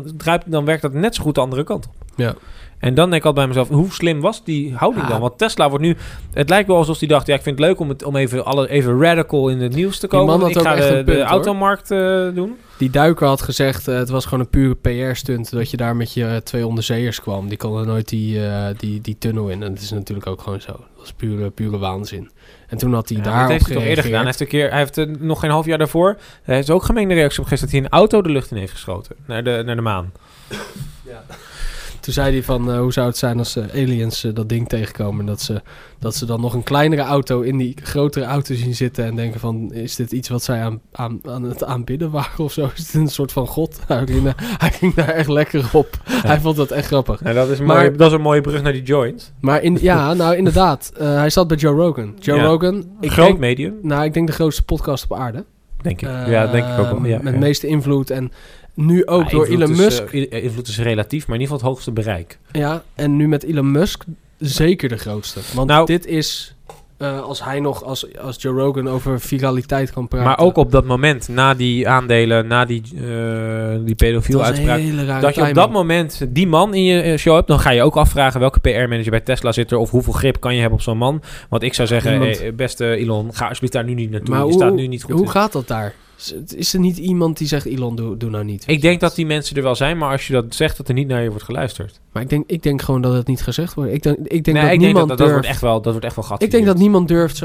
S3: dan werkt dat net zo goed de andere kant op. Ja. En dan denk ik altijd bij mezelf, hoe slim was die houding dan? Want Tesla wordt nu... Het lijkt wel alsof hij dacht, ja, ik vind het leuk om even radical in het nieuws te komen. Ik ga de automarkt doen.
S1: Die duiker had gezegd, het was gewoon een pure PR-stunt dat je daar met je 2 onderzeeërs kwam. Die konden nooit die tunnel in. En dat is natuurlijk ook gewoon zo. Dat was pure waanzin. En toen had hij daarop
S3: gereageerd. Dat heeft hij toch eerder gedaan. Hij heeft nog geen half jaar daarvoor... Hij heeft ook gemengde reactie op gegeven dat hij een auto de lucht in heeft geschoten. Naar de maan.
S1: Ja. Toen zei hij van, hoe zou het zijn als aliens dat ding tegenkomen... dat ze dan nog een kleinere auto in die grotere auto zien zitten... en denken van, is dit iets wat zij aan het aanbidden waren of zo? Is het een soort van god? Hij ging daar echt lekker op. Ja. Hij vond dat echt grappig.
S3: Ja, dat is een mooie brug naar die joint.
S1: Maar nou inderdaad. Hij zat bij Joe Rogan. Rogan...
S3: Groot medium.
S1: Nou, ik denk de grootste podcast op aarde.
S3: Denk ik. Denk ik ook wel. Ja,
S1: met de meeste invloed en... Nu ook door Elon Musk.
S3: Invloed is relatief, maar in ieder geval het hoogste bereik.
S1: Ja, en nu met Elon Musk zeker de grootste. Want dit is, als hij nog als Joe Rogan over viraliteit kan praten.
S3: Maar ook op dat moment, na die aandelen, na die pedofiel uitspraak. Dat je op dat moment die man in je show hebt, dan ga je ook afvragen welke PR-manager bij Tesla zit er. Of hoeveel grip kan je hebben op zo'n man. Want ik zou zeggen, beste Elon, ga alsjeblieft daar nu niet naartoe. Maar je staat nu niet goed
S1: hoe gaat dat daar? Is er niet iemand die zegt, Elon, doe nou niet?
S3: Ik denk dat die mensen er wel zijn, maar als je dat zegt, dat er niet naar je wordt geluisterd.
S1: Maar ik denk gewoon dat het niet gezegd wordt. Ik denk dat niemand durft...
S3: Dat wordt echt wel gat.
S1: Ik denk dat niemand durft...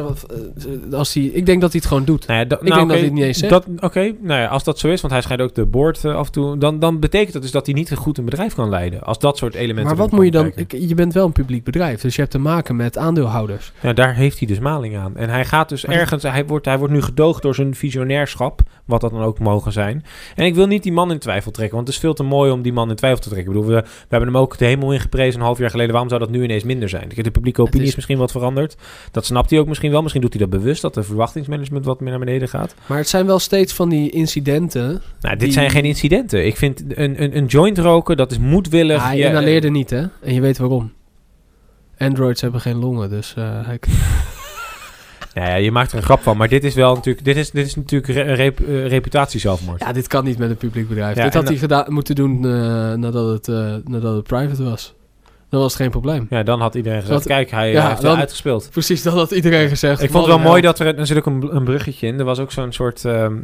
S1: ik denk dat hij het gewoon doet.
S3: Nou ja,
S1: ik denk dat hij het niet eens zegt.
S3: Als dat zo is, want hij schijnt ook de board af en toe... Dan betekent dat dus dat hij niet goed een bedrijf kan leiden. Als dat soort elementen...
S1: Maar wat moet je dan... Je bent wel een publiek bedrijf, dus je hebt te maken met aandeelhouders.
S3: Ja, daar heeft hij dus maling aan. En hij gaat dus ergens... Hij wordt nu gedoogd door zijn visionairschap, wat dat dan ook mogen zijn. En ik wil niet die man in twijfel trekken, want het is veel te mooi om die man in twijfel te trekken. Ik bedoel, we hebben hem ook de hemel ingeprezen een half jaar geleden. Waarom zou dat nu ineens minder zijn? De publieke opinie is misschien wat veranderd. Dat snapt hij ook misschien wel. Misschien doet hij dat bewust, dat de verwachtingsmanagement wat meer naar beneden gaat.
S1: Maar het zijn wel steeds van die incidenten.
S3: Nou, dit zijn geen incidenten. Ik vind een joint roken, dat is moedwillig.
S1: Hij inhaleerde niet, hè? En je weet waarom. Androids hebben geen longen, dus hij...
S3: Nou ja, je maakt er een grap van, maar dit is wel natuurlijk... Dit is natuurlijk reputatiezelfmoord.
S1: Ja, dit kan niet met een publiek bedrijf. Ja, dit had hij moeten doen nadat het private was. Dan was het geen probleem.
S3: Ja, dan had iedereen gezegd, kijk, hij heeft het uitgespeeld.
S1: Precies, dan had iedereen gezegd.
S3: Ik vond het wel mooi dat er zit ook een bruggetje in. Er was ook zo'n soort,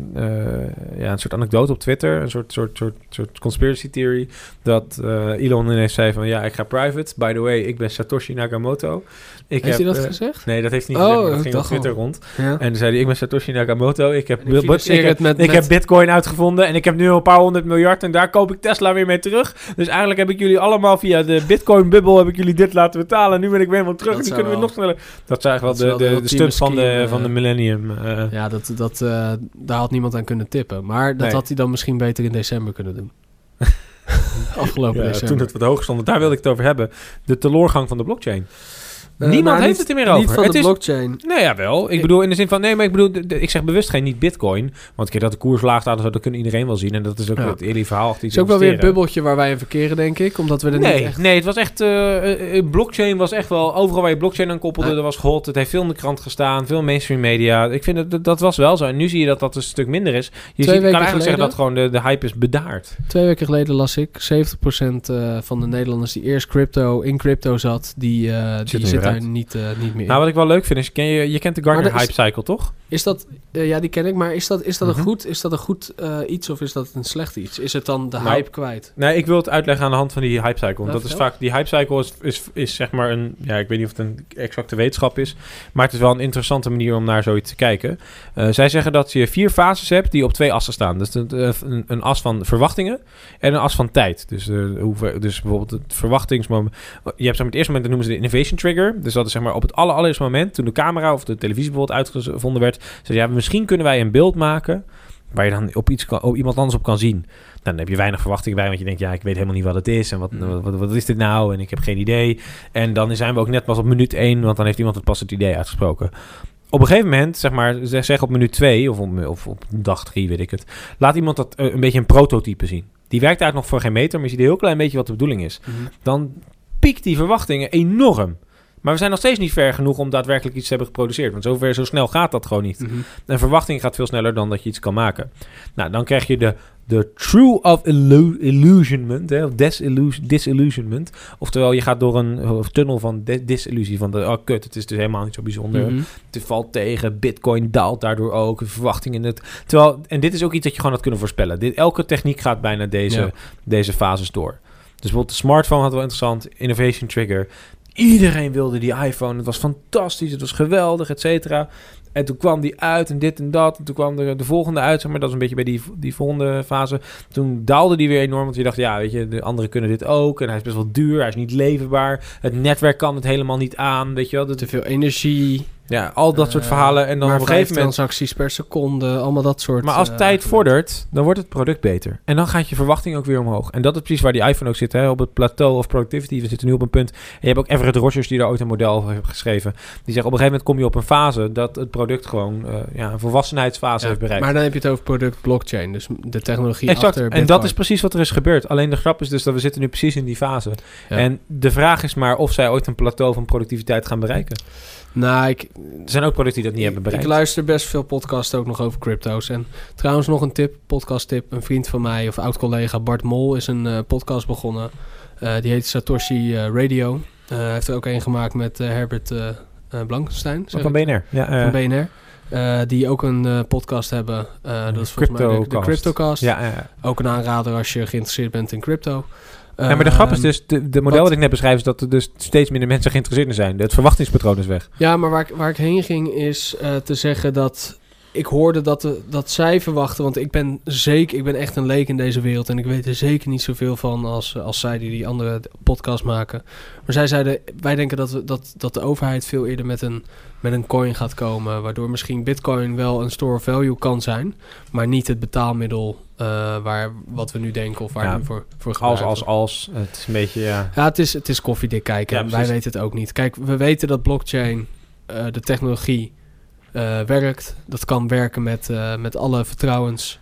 S3: een soort anekdote op Twitter. Een soort conspiracy theory. Dat Elon ineens zei van, ik ga private. By the way, ik ben Satoshi Nakamoto.
S1: Heeft hij dat gezegd?
S3: Nee, dat heeft hij niet gezegd. Dat ging op Twitter rond. Ja. En dan zei hij, ik ben Satoshi Nakamoto. Ik heb Bitcoin uitgevonden. En ik heb nu al een paar 100 miljard. En daar koop ik Tesla weer mee terug. Dus eigenlijk heb ik jullie allemaal via de Bitcoin bubbel heb ik jullie dit laten betalen. En nu ben ik weer helemaal terug. Nu kunnen we nog sneller. Dat is eigenlijk wel de stunt van de millennium.
S1: Ja, daar had niemand aan kunnen tippen. Maar dat had hij dan misschien beter in december kunnen doen. Afgelopen december.
S3: Toen het wat hoger stond. Daar wilde ik het over hebben. De teloorgang van de blockchain. Niemand heeft het er meer over.
S1: Niet van de blockchain.
S3: Nou ja, wel. Ik bedoel in de zin van... Nee, maar ik bedoel... Ik zeg bewust niet Bitcoin. Want keer dat de koers laag staat, dat kan iedereen wel zien. En dat is ook het hele verhaal. Het
S1: is ook wel weer een bubbeltje waar wij in verkeren, denk ik. Omdat we er niet echt...
S3: Nee, het was echt... blockchain was echt wel... Overal waar je blockchain aan koppelde, dat was hot. Het heeft veel in de krant gestaan. Veel mainstream media. Ik vind dat was wel zo. En nu zie je dat dat een stuk minder is. Je kan eigenlijk zeggen dat gewoon de hype is bedaard.
S1: 2 weken geleden las ik... 70% van de Nederlanders die eerst in crypto zat... Die zit daar niet meer.
S3: Nou, wat ik wel leuk vind is, je kent de Gartner Hype Cycle, toch?
S1: Is dat, die ken ik, maar is dat een goed iets of is dat een slecht iets? Is het dan de hype kwijt?
S3: Nee, ik wil het uitleggen aan de hand van die Hype Cycle. Dat is vaak, die Hype Cycle is zeg maar een, ik weet niet of het een exacte wetenschap is, maar het is wel een interessante manier om naar zoiets te kijken. Zij zeggen dat je 4 fases hebt die op 2 assen staan. Dus een as van verwachtingen en een as van tijd. Dus bijvoorbeeld het verwachtingsmoment. Je hebt het eerste moment, dat noemen ze de innovation trigger. Dus dat is zeg maar op het allereerste moment, toen de camera of de televisie bijvoorbeeld uitgevonden werd, zei misschien kunnen wij een beeld maken waar je dan op iemand anders op kan zien. Dan heb je weinig verwachtingen bij, want je denkt, ik weet helemaal niet wat het is en wat is dit nou en ik heb geen idee. En dan zijn we ook net pas op minuut 1, want dan heeft iemand het pas het idee uitgesproken. Op een gegeven moment, zeg op minuut 2 of op dag 3, weet ik het, laat iemand dat een beetje een prototype zien. Die werkt eigenlijk nog voor geen meter, maar je ziet een heel klein beetje wat de bedoeling is. Mm-hmm. Dan piekt die verwachtingen enorm. Maar we zijn nog steeds niet ver genoeg om daadwerkelijk iets te hebben geproduceerd. Want zo snel gaat dat gewoon niet. Mm-hmm. En verwachting gaat veel sneller dan dat je iets kan maken. Nou, dan krijg je de true of illusionment, of disillusionment. Oftewel, je gaat door een tunnel van disillusie. Van het is dus helemaal niet zo bijzonder. Mm-hmm. Het valt tegen, Bitcoin daalt daardoor ook. Verwachtingen. En dit is ook iets dat je gewoon had kunnen voorspellen. Elke techniek gaat bijna deze fases door. Dus bijvoorbeeld de smartphone had wel interessant. Innovation trigger. Iedereen wilde die iPhone. Het was fantastisch. Het was geweldig, et cetera. En toen kwam die uit en dit en dat. En toen kwam de volgende uit. Zeg maar, dat is een beetje bij die volgende fase. Toen daalde die weer enorm. Want je dacht, weet je, de anderen kunnen dit ook. En hij is best wel duur. Hij is niet leverbaar. Het netwerk kan het helemaal niet aan. Weet je wel.
S1: Te veel energie.
S3: Ja, al dat soort verhalen. En dan
S1: maar
S3: op een gegeven moment
S1: transacties per seconde, allemaal dat soort.
S3: Maar als tijd vordert, dan wordt het product beter. En dan gaat je verwachting ook weer omhoog. En dat is precies waar die iPhone ook zit, hè? Op het plateau of productivity. We zitten nu op een punt. En je hebt ook Everett Rogers die daar ooit een model over heeft geschreven. Die zegt op een gegeven moment kom je op een fase dat het product gewoon een volwassenheidsfase heeft bereikt.
S1: Maar dan heb je het over product blockchain, dus de technologie
S3: exact.
S1: Achter Bitcoin.
S3: En dat is precies wat er is gebeurd. Alleen de grap is dus dat we zitten nu precies in die fase. Ja. En de vraag is maar of zij ooit een plateau van productiviteit gaan bereiken.
S1: Nou,
S3: er zijn ook producten die dat niet hebben bereikt.
S1: Ik luister best veel podcasts ook nog over crypto's. En trouwens nog een podcast tip. Een vriend van mij of oud-collega Bart Mol is een podcast begonnen. Die heet Satoshi Radio. Hij heeft er ook een gemaakt met Herbert Blankenstein.
S3: Van BNR. Ja,
S1: van BNR. Die ook een podcast hebben. Dat is volgens mij de Cryptocast.
S3: Ja.
S1: Ook een aanrader als je geïnteresseerd bent in crypto.
S3: Maar de grap is dus, de model wat ik net beschrijf... is dat er dus steeds minder mensen geïnteresseerd in zijn. Het verwachtingspatroon is weg.
S1: Ja, maar waar ik heen ging is te zeggen dat... Ik hoorde dat zij verwachten... want ik ben echt een leek in deze wereld... en ik weet er zeker niet zoveel van als zij die andere podcast maken. Maar zij zeiden... wij denken dat de overheid veel eerder met een coin gaat komen... waardoor misschien Bitcoin wel een store of value kan zijn... maar niet het betaalmiddel wat we nu denken... of waar nu voor gebruiken.
S3: Als. Het is een beetje, ja...
S1: Ja, het is koffiedik kijken. Ja, wij weten het ook niet. Kijk, we weten dat blockchain, de technologie... werkt. Dat kan werken met alle vertrouwens.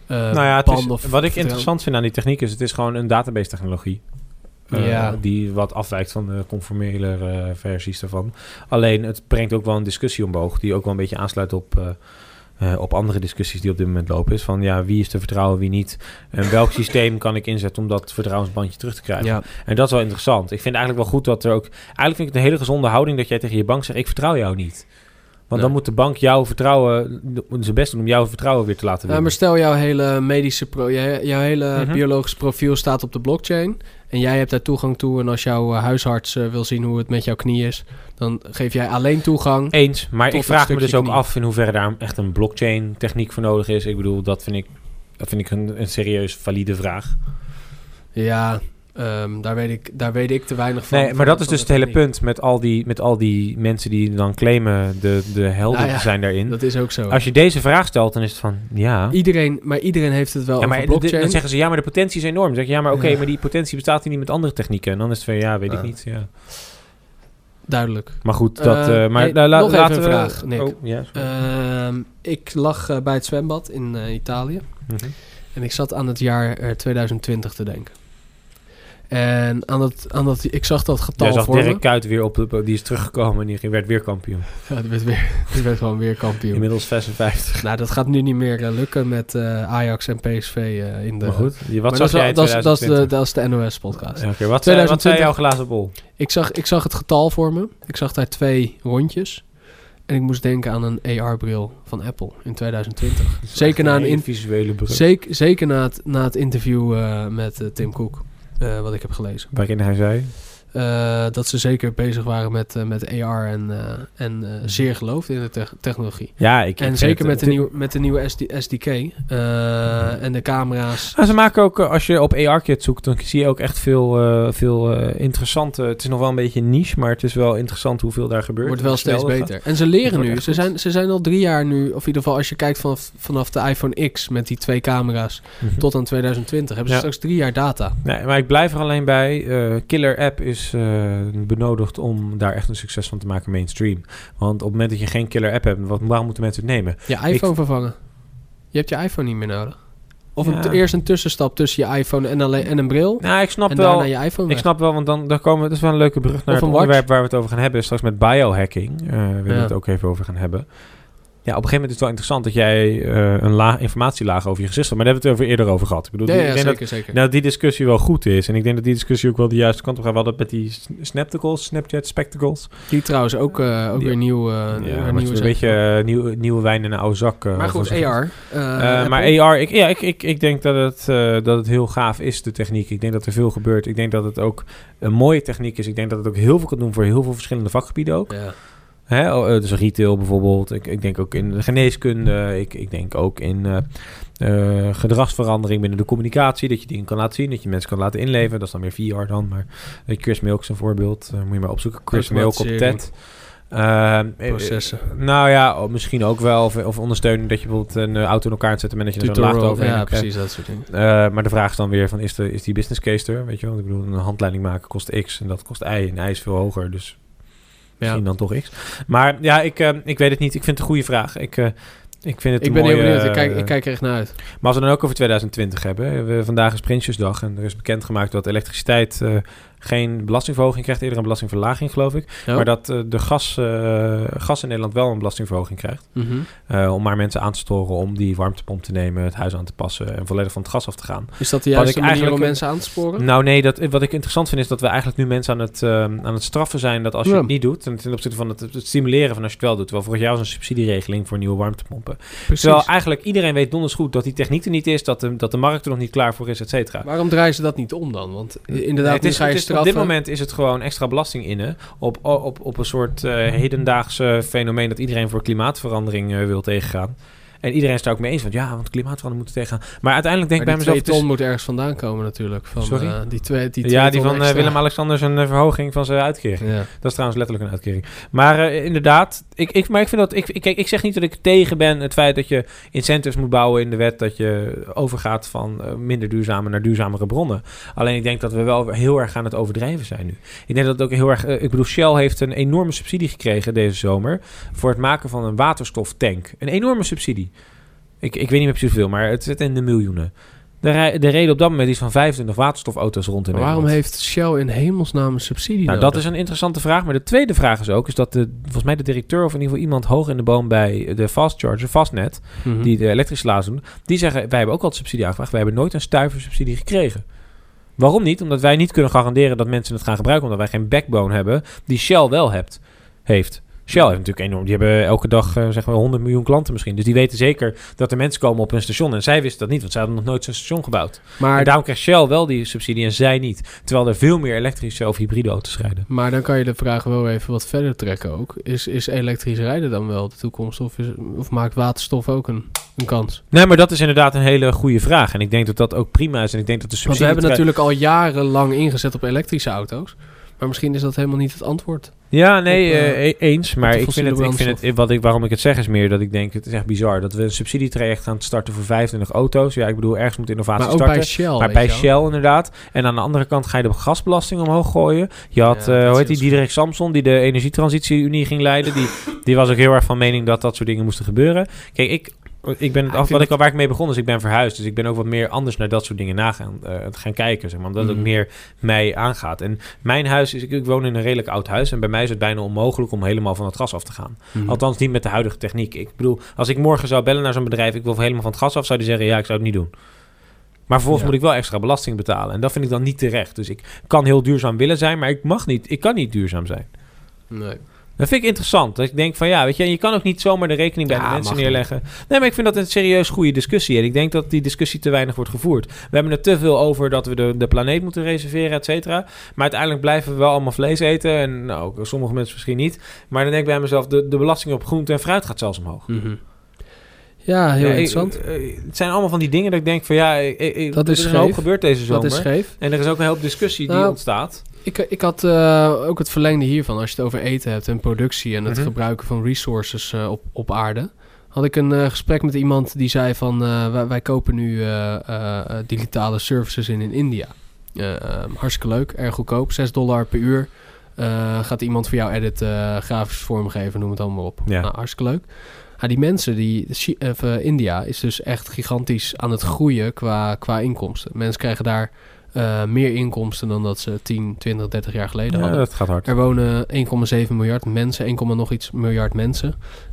S3: Wat ik interessant vind aan die techniek is... het is gewoon een database technologie. Die wat afwijkt van de conformele versies daarvan. Alleen het brengt ook wel een discussie omhoog... die ook wel een beetje aansluit op andere discussies die op dit moment lopen. Is van wie is te vertrouwen, wie niet. En welk systeem kan ik inzetten om dat vertrouwensbandje terug te krijgen. Ja. En dat is wel interessant. Ik vind eigenlijk wel goed dat er ook... Eigenlijk vind ik het een hele gezonde houding... dat jij tegen je bank zegt, ik vertrouw jou niet. Want dan moet de bank jouw vertrouwen... zijn best doen om jouw vertrouwen weer te laten winnen.
S1: Maar stel jouw hele jouw hele biologisch profiel staat op de blockchain... en jij hebt daar toegang toe... en als jouw huisarts wil zien hoe het met jouw knie is... dan geef jij alleen toegang...
S3: Eens, maar ik vraag me dus ook af... in hoeverre daar echt een blockchain techniek voor nodig is. Ik bedoel, dat vind ik een serieus valide vraag.
S1: Ja... Daar weet ik te weinig van.
S3: Nee, maar dat is dus het hele punt met al die mensen die dan claimen de helden te zijn daarin.
S1: Dat is ook zo.
S3: Als je deze vraag stelt, dan is het van,
S1: Iedereen heeft het wel over blockchain.
S3: Dan zeggen ze, maar de potentie is enorm. Dan zeg je, maar die potentie bestaat hier niet met andere technieken. En dan is het van, weet ik niet. Ja.
S1: Duidelijk.
S3: Maar goed, nog
S1: even een vraag, Nick.
S3: Oh, ja,
S1: ik lag bij het zwembad in Italië.
S3: Mm-hmm.
S1: En ik zat aan het jaar 2020 te denken. En ik zag dat getal voor me.
S3: Jij zag Dirk Kuyt weer die is teruggekomen en die werd weer kampioen.
S1: Ja, die werd gewoon weer kampioen.
S3: Inmiddels 56.
S1: Nou, dat gaat nu niet meer lukken met Ajax en PSV in de...
S3: Maar goed, wat zag jij in 2020?
S1: Dat is de NOS-podcast.
S3: Ja, okay. Wat zei jouw glazen bol?
S1: Ik zag het getal voor me. Ik zag daar 2 rondjes. En ik moest denken aan een AR-bril van Apple in 2020. Zeker na een
S3: visuele bril.
S1: Zeker na het interview met Tim Cook. Wat ik heb gelezen.
S3: Waarin hij zei?
S1: Dat ze zeker bezig waren met AR en zeer geloofd in de technologie.
S3: Ja,
S1: zeker met de nieuwe SDK en de camera's.
S3: Ze maken ook, als je op AR-kit zoekt, dan zie je ook echt veel interessante... Het is nog wel een beetje niche, maar het is wel interessant hoeveel daar gebeurt.
S1: Wordt wel steeds beter. En ze leren nu. Ze zijn al 3 jaar nu, of in ieder geval als je kijkt vanaf de iPhone X met die 2 camera's tot aan 2020, hebben ze straks 3 jaar data.
S3: Nee, maar ik blijf er alleen bij. Killer app is benodigd om daar echt een succes van te maken mainstream. Want op het moment dat je geen killer app hebt, waarom moeten mensen het nemen?
S1: Je iPhone vervangen. Je hebt je iPhone niet meer nodig. Of eerst een tussenstap tussen je iPhone en een bril.
S3: Nou, ik snap
S1: en
S3: wel.
S1: daarna je iPhone
S3: ik snap wel, want dan komen we... Dat is wel een leuke brug naar het onderwerp waar we het over gaan hebben. Straks met biohacking. We willen het ook even over gaan hebben. Ja, op een gegeven moment is het wel interessant dat jij een informatielaag over je gezicht hebt. Maar daar hebben we het eerder over gehad. Ik bedoel, ik denk
S1: zeker.
S3: Dat die discussie wel goed is. En ik denk dat die discussie ook wel de juiste kant op gaat. We hadden met die Snapchat Spectacles.
S1: Die trouwens ook weer nieuw.
S3: Een beetje nieuwe wijn in een oude zak.
S1: Maar goed, AR.
S3: Maar AR, ik denk dat het heel gaaf is, de techniek. Ik denk dat er veel gebeurt. Ik denk dat het ook een mooie techniek is. Ik denk dat het ook heel veel kan doen voor heel veel verschillende vakgebieden ook.
S1: Ja.
S3: Dus retail bijvoorbeeld. Ik denk ook in de geneeskunde. Ik denk ook in gedragsverandering binnen de communicatie. Dat je dingen kan laten zien. Dat je mensen kan laten inleven. Dat is dan meer VR dan. Maar Chris Milk is een voorbeeld. Moet je maar opzoeken. Chris Milk op TED.
S1: Processen.
S3: Nou ja, misschien ook wel. Of ondersteuning dat je bijvoorbeeld een auto in elkaar zet en dat je er zo'n laag overheen hebt.
S1: Ja, precies, dat soort dingen.
S3: Maar de vraag is dan weer van, is die business case er? Weet je wel? Ik bedoel, een handleiding maken kost X en dat kost Y. En Y is veel hoger, dus misschien dan toch X. Maar ja, ik weet het niet. Ik vind het een goede vraag. Ik vind het
S1: ik ben heel benieuwd. Ik kijk er echt naar uit.
S3: Maar als we dan ook over 2020 hebben. Vandaag is Prinsjesdag en er is bekendgemaakt dat elektriciteit geen belastingverhoging krijgt, eerder een belastingverlaging, geloof ik.
S1: Ja.
S3: Maar dat de gas in Nederland wel een belastingverhoging krijgt. Om maar mensen aan te storen om die warmtepomp te nemen, het huis aan te passen en volledig van het gas af te gaan.
S1: Is dat de juiste manier om mensen aan te sporen?
S3: Nou nee, wat ik interessant vind is dat we eigenlijk nu mensen aan het straffen zijn dat als je het niet doet, ten opzichte van het stimuleren van als je het wel doet. Terwijl vorig jaar was een subsidieregeling voor nieuwe warmtepompen.
S1: Precies.
S3: Terwijl eigenlijk iedereen weet donders goed dat die techniek er niet is, dat de markt er nog niet klaar voor is, et cetera.
S1: Waarom draaien ze dat niet om dan? Want inderdaad,
S3: op dit moment is het gewoon extra belasting innen op een soort hedendaagse fenomeen dat iedereen voor klimaatverandering wil tegengaan. En iedereen is het daar ook mee eens. Want want klimaatverandering moet er tegengaan. Maar uiteindelijk denk ik bij mezelf...
S1: 2 ton moet ergens vandaan komen natuurlijk.
S3: Sorry?
S1: Die
S3: van Willem-Alexander zijn verhoging van zijn uitkering. Ja. Dat is trouwens letterlijk een uitkering. Maar inderdaad, ik vind dat... Ik zeg niet dat ik tegen ben het feit dat je incentives moet bouwen in de wet. Dat je overgaat van minder duurzame naar duurzamere bronnen. Alleen ik denk dat we wel heel erg aan het overdrijven zijn nu. Ik denk dat het ook heel erg... ik bedoel, Shell heeft een enorme subsidie gekregen deze zomer voor het maken van een waterstoftank. Een enorme subsidie. Ik weet niet meer precies hoeveel, maar het zit in de miljoenen. Er reden op dat moment iets van 25 waterstofauto's rond in Nederland.
S1: Waarom heeft Shell in hemelsnaam een subsidie nodig?
S3: Dat is een interessante vraag. Maar de tweede vraag is ook... is dat volgens mij de directeur of in ieder geval iemand hoog in de boom bij de Fast Charger, Fastnet, die de elektrische lazen doen, die zeggen, wij hebben ook al subsidie aangevraagd. Wij hebben nooit een stuiver subsidie gekregen. Waarom niet? Omdat wij niet kunnen garanderen dat mensen het gaan gebruiken, omdat wij geen backbone hebben die Shell wel heeft. Shell heeft natuurlijk enorm... Die hebben elke dag zeg maar 100 miljoen klanten misschien. Dus die weten zeker dat er mensen komen op hun station. En zij wisten dat niet, want zij hadden nog nooit zo'n station gebouwd. Maar daarom krijgt Shell wel die subsidie en zij niet. Terwijl er veel meer elektrische of hybride auto's rijden.
S1: Maar dan kan je de vraag wel even wat verder trekken ook. Is elektrisch rijden dan wel de toekomst? Of maakt waterstof ook een kans?
S3: Nee, maar dat is inderdaad een hele goede vraag. En ik denk dat dat ook prima is. En ik denk dat de subsidie...
S1: Want we hebben natuurlijk al jarenlang ingezet op elektrische auto's. Maar misschien is dat helemaal niet het antwoord.
S3: Ja, nee, eens. Maar ik vind het waarom ik het zeg is meer dat ik denk, het is echt bizar dat we een subsidietraject gaan starten voor 25 auto's. Ja, ik bedoel, ergens moet innovatie starten.
S1: Maar ook bij Shell.
S3: Maar bij Shell inderdaad. En aan de andere kant ga je de gasbelasting omhoog gooien. Je had, hoe heet die, Diederik Samson, die de energietransitieunie ging leiden. Die was ook heel erg van mening dat soort dingen moesten gebeuren. Kijk, waar ik mee begon is, ik ben verhuisd. Dus ik ben ook wat meer anders naar dat soort dingen gaan kijken. Zeg maar, omdat het ook meer mij aangaat. En mijn huis is, ik woon in een redelijk oud huis. En bij mij is het bijna onmogelijk om helemaal van het gas af te gaan. Althans niet met de huidige techniek. Ik bedoel, als ik morgen zou bellen naar zo'n bedrijf, ik wil helemaal van het gas af, zou die zeggen, ja, ik zou het niet doen. Maar vervolgens moet ik wel extra belasting betalen. En dat vind ik dan niet terecht. Dus ik kan heel duurzaam willen zijn, maar ik kan niet duurzaam zijn.
S1: Nee.
S3: Dat vind ik interessant. Dat ik denk van weet je kan ook niet zomaar de rekening bij de mensen neerleggen. Nee, maar ik vind dat een serieus goede discussie. En ik denk dat die discussie te weinig wordt gevoerd. We hebben het te veel over dat we de planeet moeten reserveren, et cetera. Maar uiteindelijk blijven we wel allemaal vlees eten. En sommige mensen misschien niet. Maar dan denk ik bij mezelf, de belasting op groente en fruit gaat zelfs omhoog.
S1: Mm-hmm. Ja, heel interessant.
S3: Het zijn allemaal van die dingen dat ik denk van
S1: dat is
S3: er een hoop gebeurd deze zomer.
S1: Dat is scheef.
S3: En er is ook een hoop discussie die ontstaat.
S1: Ik had ook het verlengde hiervan. Als je het over eten hebt en productie en het gebruiken van resources op aarde. Had ik een gesprek met iemand die zei van wij kopen nu digitale services in India. Hartstikke leuk, erg goedkoop, $6 per uur. Gaat iemand voor jou editen, grafisch vormgeven, noem het allemaal op.
S3: Ja.
S1: Nou, hartstikke leuk. Die mensen, India is dus echt gigantisch aan het groeien qua inkomsten. Mensen krijgen daar meer inkomsten dan dat ze 10, 20, 30 jaar geleden hadden.
S3: Dat gaat hard.
S1: Er wonen 1,7 miljard mensen, 1, nog iets miljard mensen,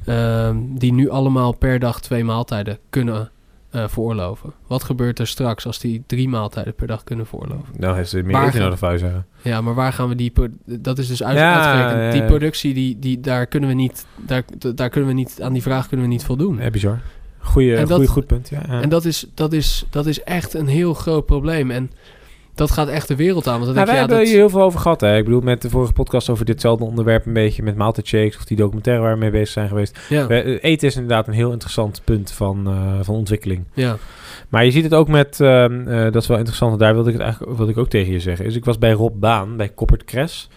S1: die nu allemaal per dag 2 maaltijden kunnen veroorloven. Wat gebeurt er straks als die 3 maaltijden per dag kunnen veroorloven?
S3: Nou heeft ze meer eten nodig, zou je zeggen.
S1: Ja, maar waar gaan we dat is dus uitgerekend. Die productie, daar kunnen we niet, daar kunnen we niet, aan die vraag kunnen we niet voldoen.
S3: Ja, bizar. Goed punt, ja.
S1: En dat is echt een heel groot probleem. En dat gaat echt de wereld aan. Want
S3: wij hebben hier heel veel over gehad. Hè? Ik bedoel, met de vorige podcast over ditzelfde onderwerp een beetje met maaltijdshakes of die documentaire waar we mee bezig zijn geweest.
S1: Ja.
S3: Eten is inderdaad een heel interessant punt van ontwikkeling.
S1: Ja.
S3: Maar je ziet het ook met, dat is wel interessant, en daar wilde ik ook tegen je zeggen. Dus ik was bij Rob Baan, bij Koppert Kres.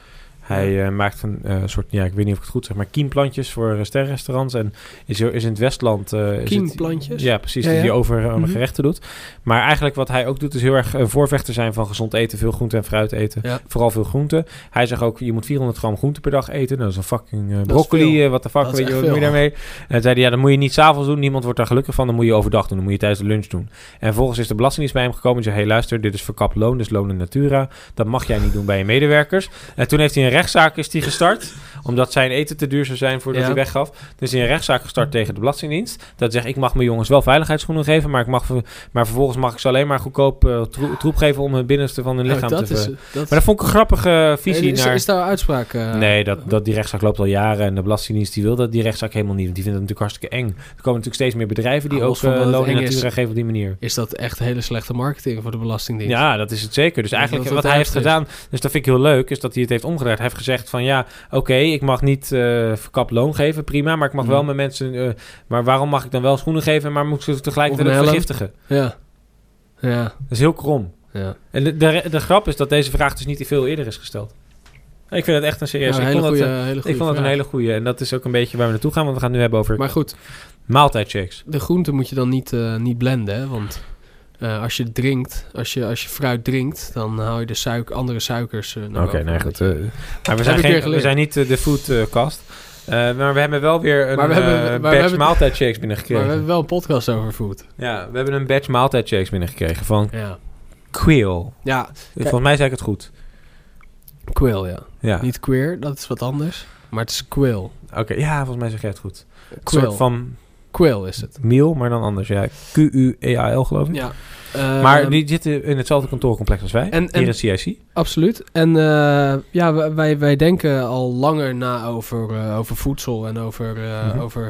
S3: Hij maakt van soort, ik weet niet of ik het goed zeg, maar kiemplantjes voor sterrenrestaurants. En is in het Westland...
S1: kiemplantjes?
S3: Ja, precies. Die hij over gerechten doet. Maar eigenlijk wat hij ook doet, is heel erg een voorvechter zijn van gezond eten. Veel groente en fruit eten. Ja. Vooral veel groente. Hij zegt ook, je moet 400 gram groente per dag eten. Dat is een fucking broccoli. Wat de fuck, weet je, wat moet je daarmee? En zei hij, dat moet je niet 's avonds doen. Niemand wordt daar gelukkig van. Dan moet je overdag doen. Dan moet je tijdens de lunch doen. En vervolgens is de Belastingdienst bij hem gekomen en zei, hey, luister, dit is verkapt loon. Dus loon in natura. Dat mag jij niet doen bij je medewerkers. En toen heeft hij een rechtszaak gestart. Omdat zijn eten te duur zou zijn voordat hij weggaf. Dus hij een rechtszaak gestart tegen de Belastingdienst. Dat zegt, ik mag mijn jongens wel veiligheidsschoenen geven. Maar vervolgens mag ik ze alleen maar goedkoop troep geven om het binnenste van hun lichaam maar dat vond ik een grappige visie.
S1: Is daar een uitspraak?
S3: Nee, die rechtszaak loopt al jaren. En de Belastingdienst die wil die rechtszaak helemaal niet. Want die vindt het natuurlijk hartstikke eng. Er komen natuurlijk steeds meer bedrijven die ook loon in natura geven op die manier.
S1: Is dat echt hele slechte marketing voor de Belastingdienst?
S3: Ja, dat is het zeker. Dus eigenlijk wat hij heeft gedaan, dus dat vind ik heel leuk, is dat hij het heeft omgedraaid. Hij heeft gezegd van oké, ik mag niet verkapt loon geven, prima, maar ik mag wel mijn mensen... maar waarom mag ik dan wel schoenen geven, maar moet ik ze tegelijkertijd vergiftigen?
S1: Ja.
S3: Dat is heel krom.
S1: Ja.
S3: En de grap is dat deze vraag dus niet veel eerder is gesteld. Ik vind het echt een serieus. Ik vond het een hele goeie. En dat is ook een beetje waar we naartoe gaan, want we gaan het nu hebben over...
S1: Maar goed.
S3: Maaltijdshakes.
S1: De groenten moet je dan niet blenden, hè? Want als je drinkt, als je fruit drinkt, dan haal je de andere suikers naar boven.
S3: Oké, nee, goed. Maar we zijn niet de foodcast. Maar we hebben wel weer een batch maaltijdshakes binnengekregen.
S1: Maar we hebben wel een podcast over food.
S3: Ja, we hebben een batch maaltijdshakes binnengekregen van Quail.
S1: Ja.
S3: Volgens mij zei ik het goed.
S1: Quail, ja. Niet queer, dat is wat anders. Maar het is Quail.
S3: Oké, volgens mij zeg jij het goed.
S1: Quail.
S3: Een soort van...
S1: Quail is het.
S3: Meal, maar dan anders. Ja, Quail geloof ik.
S1: Ja.
S3: Maar die zitten in hetzelfde kantoorcomplex als wij. Hier in CIC.
S1: Absoluut. En wij denken al langer na over voedsel en over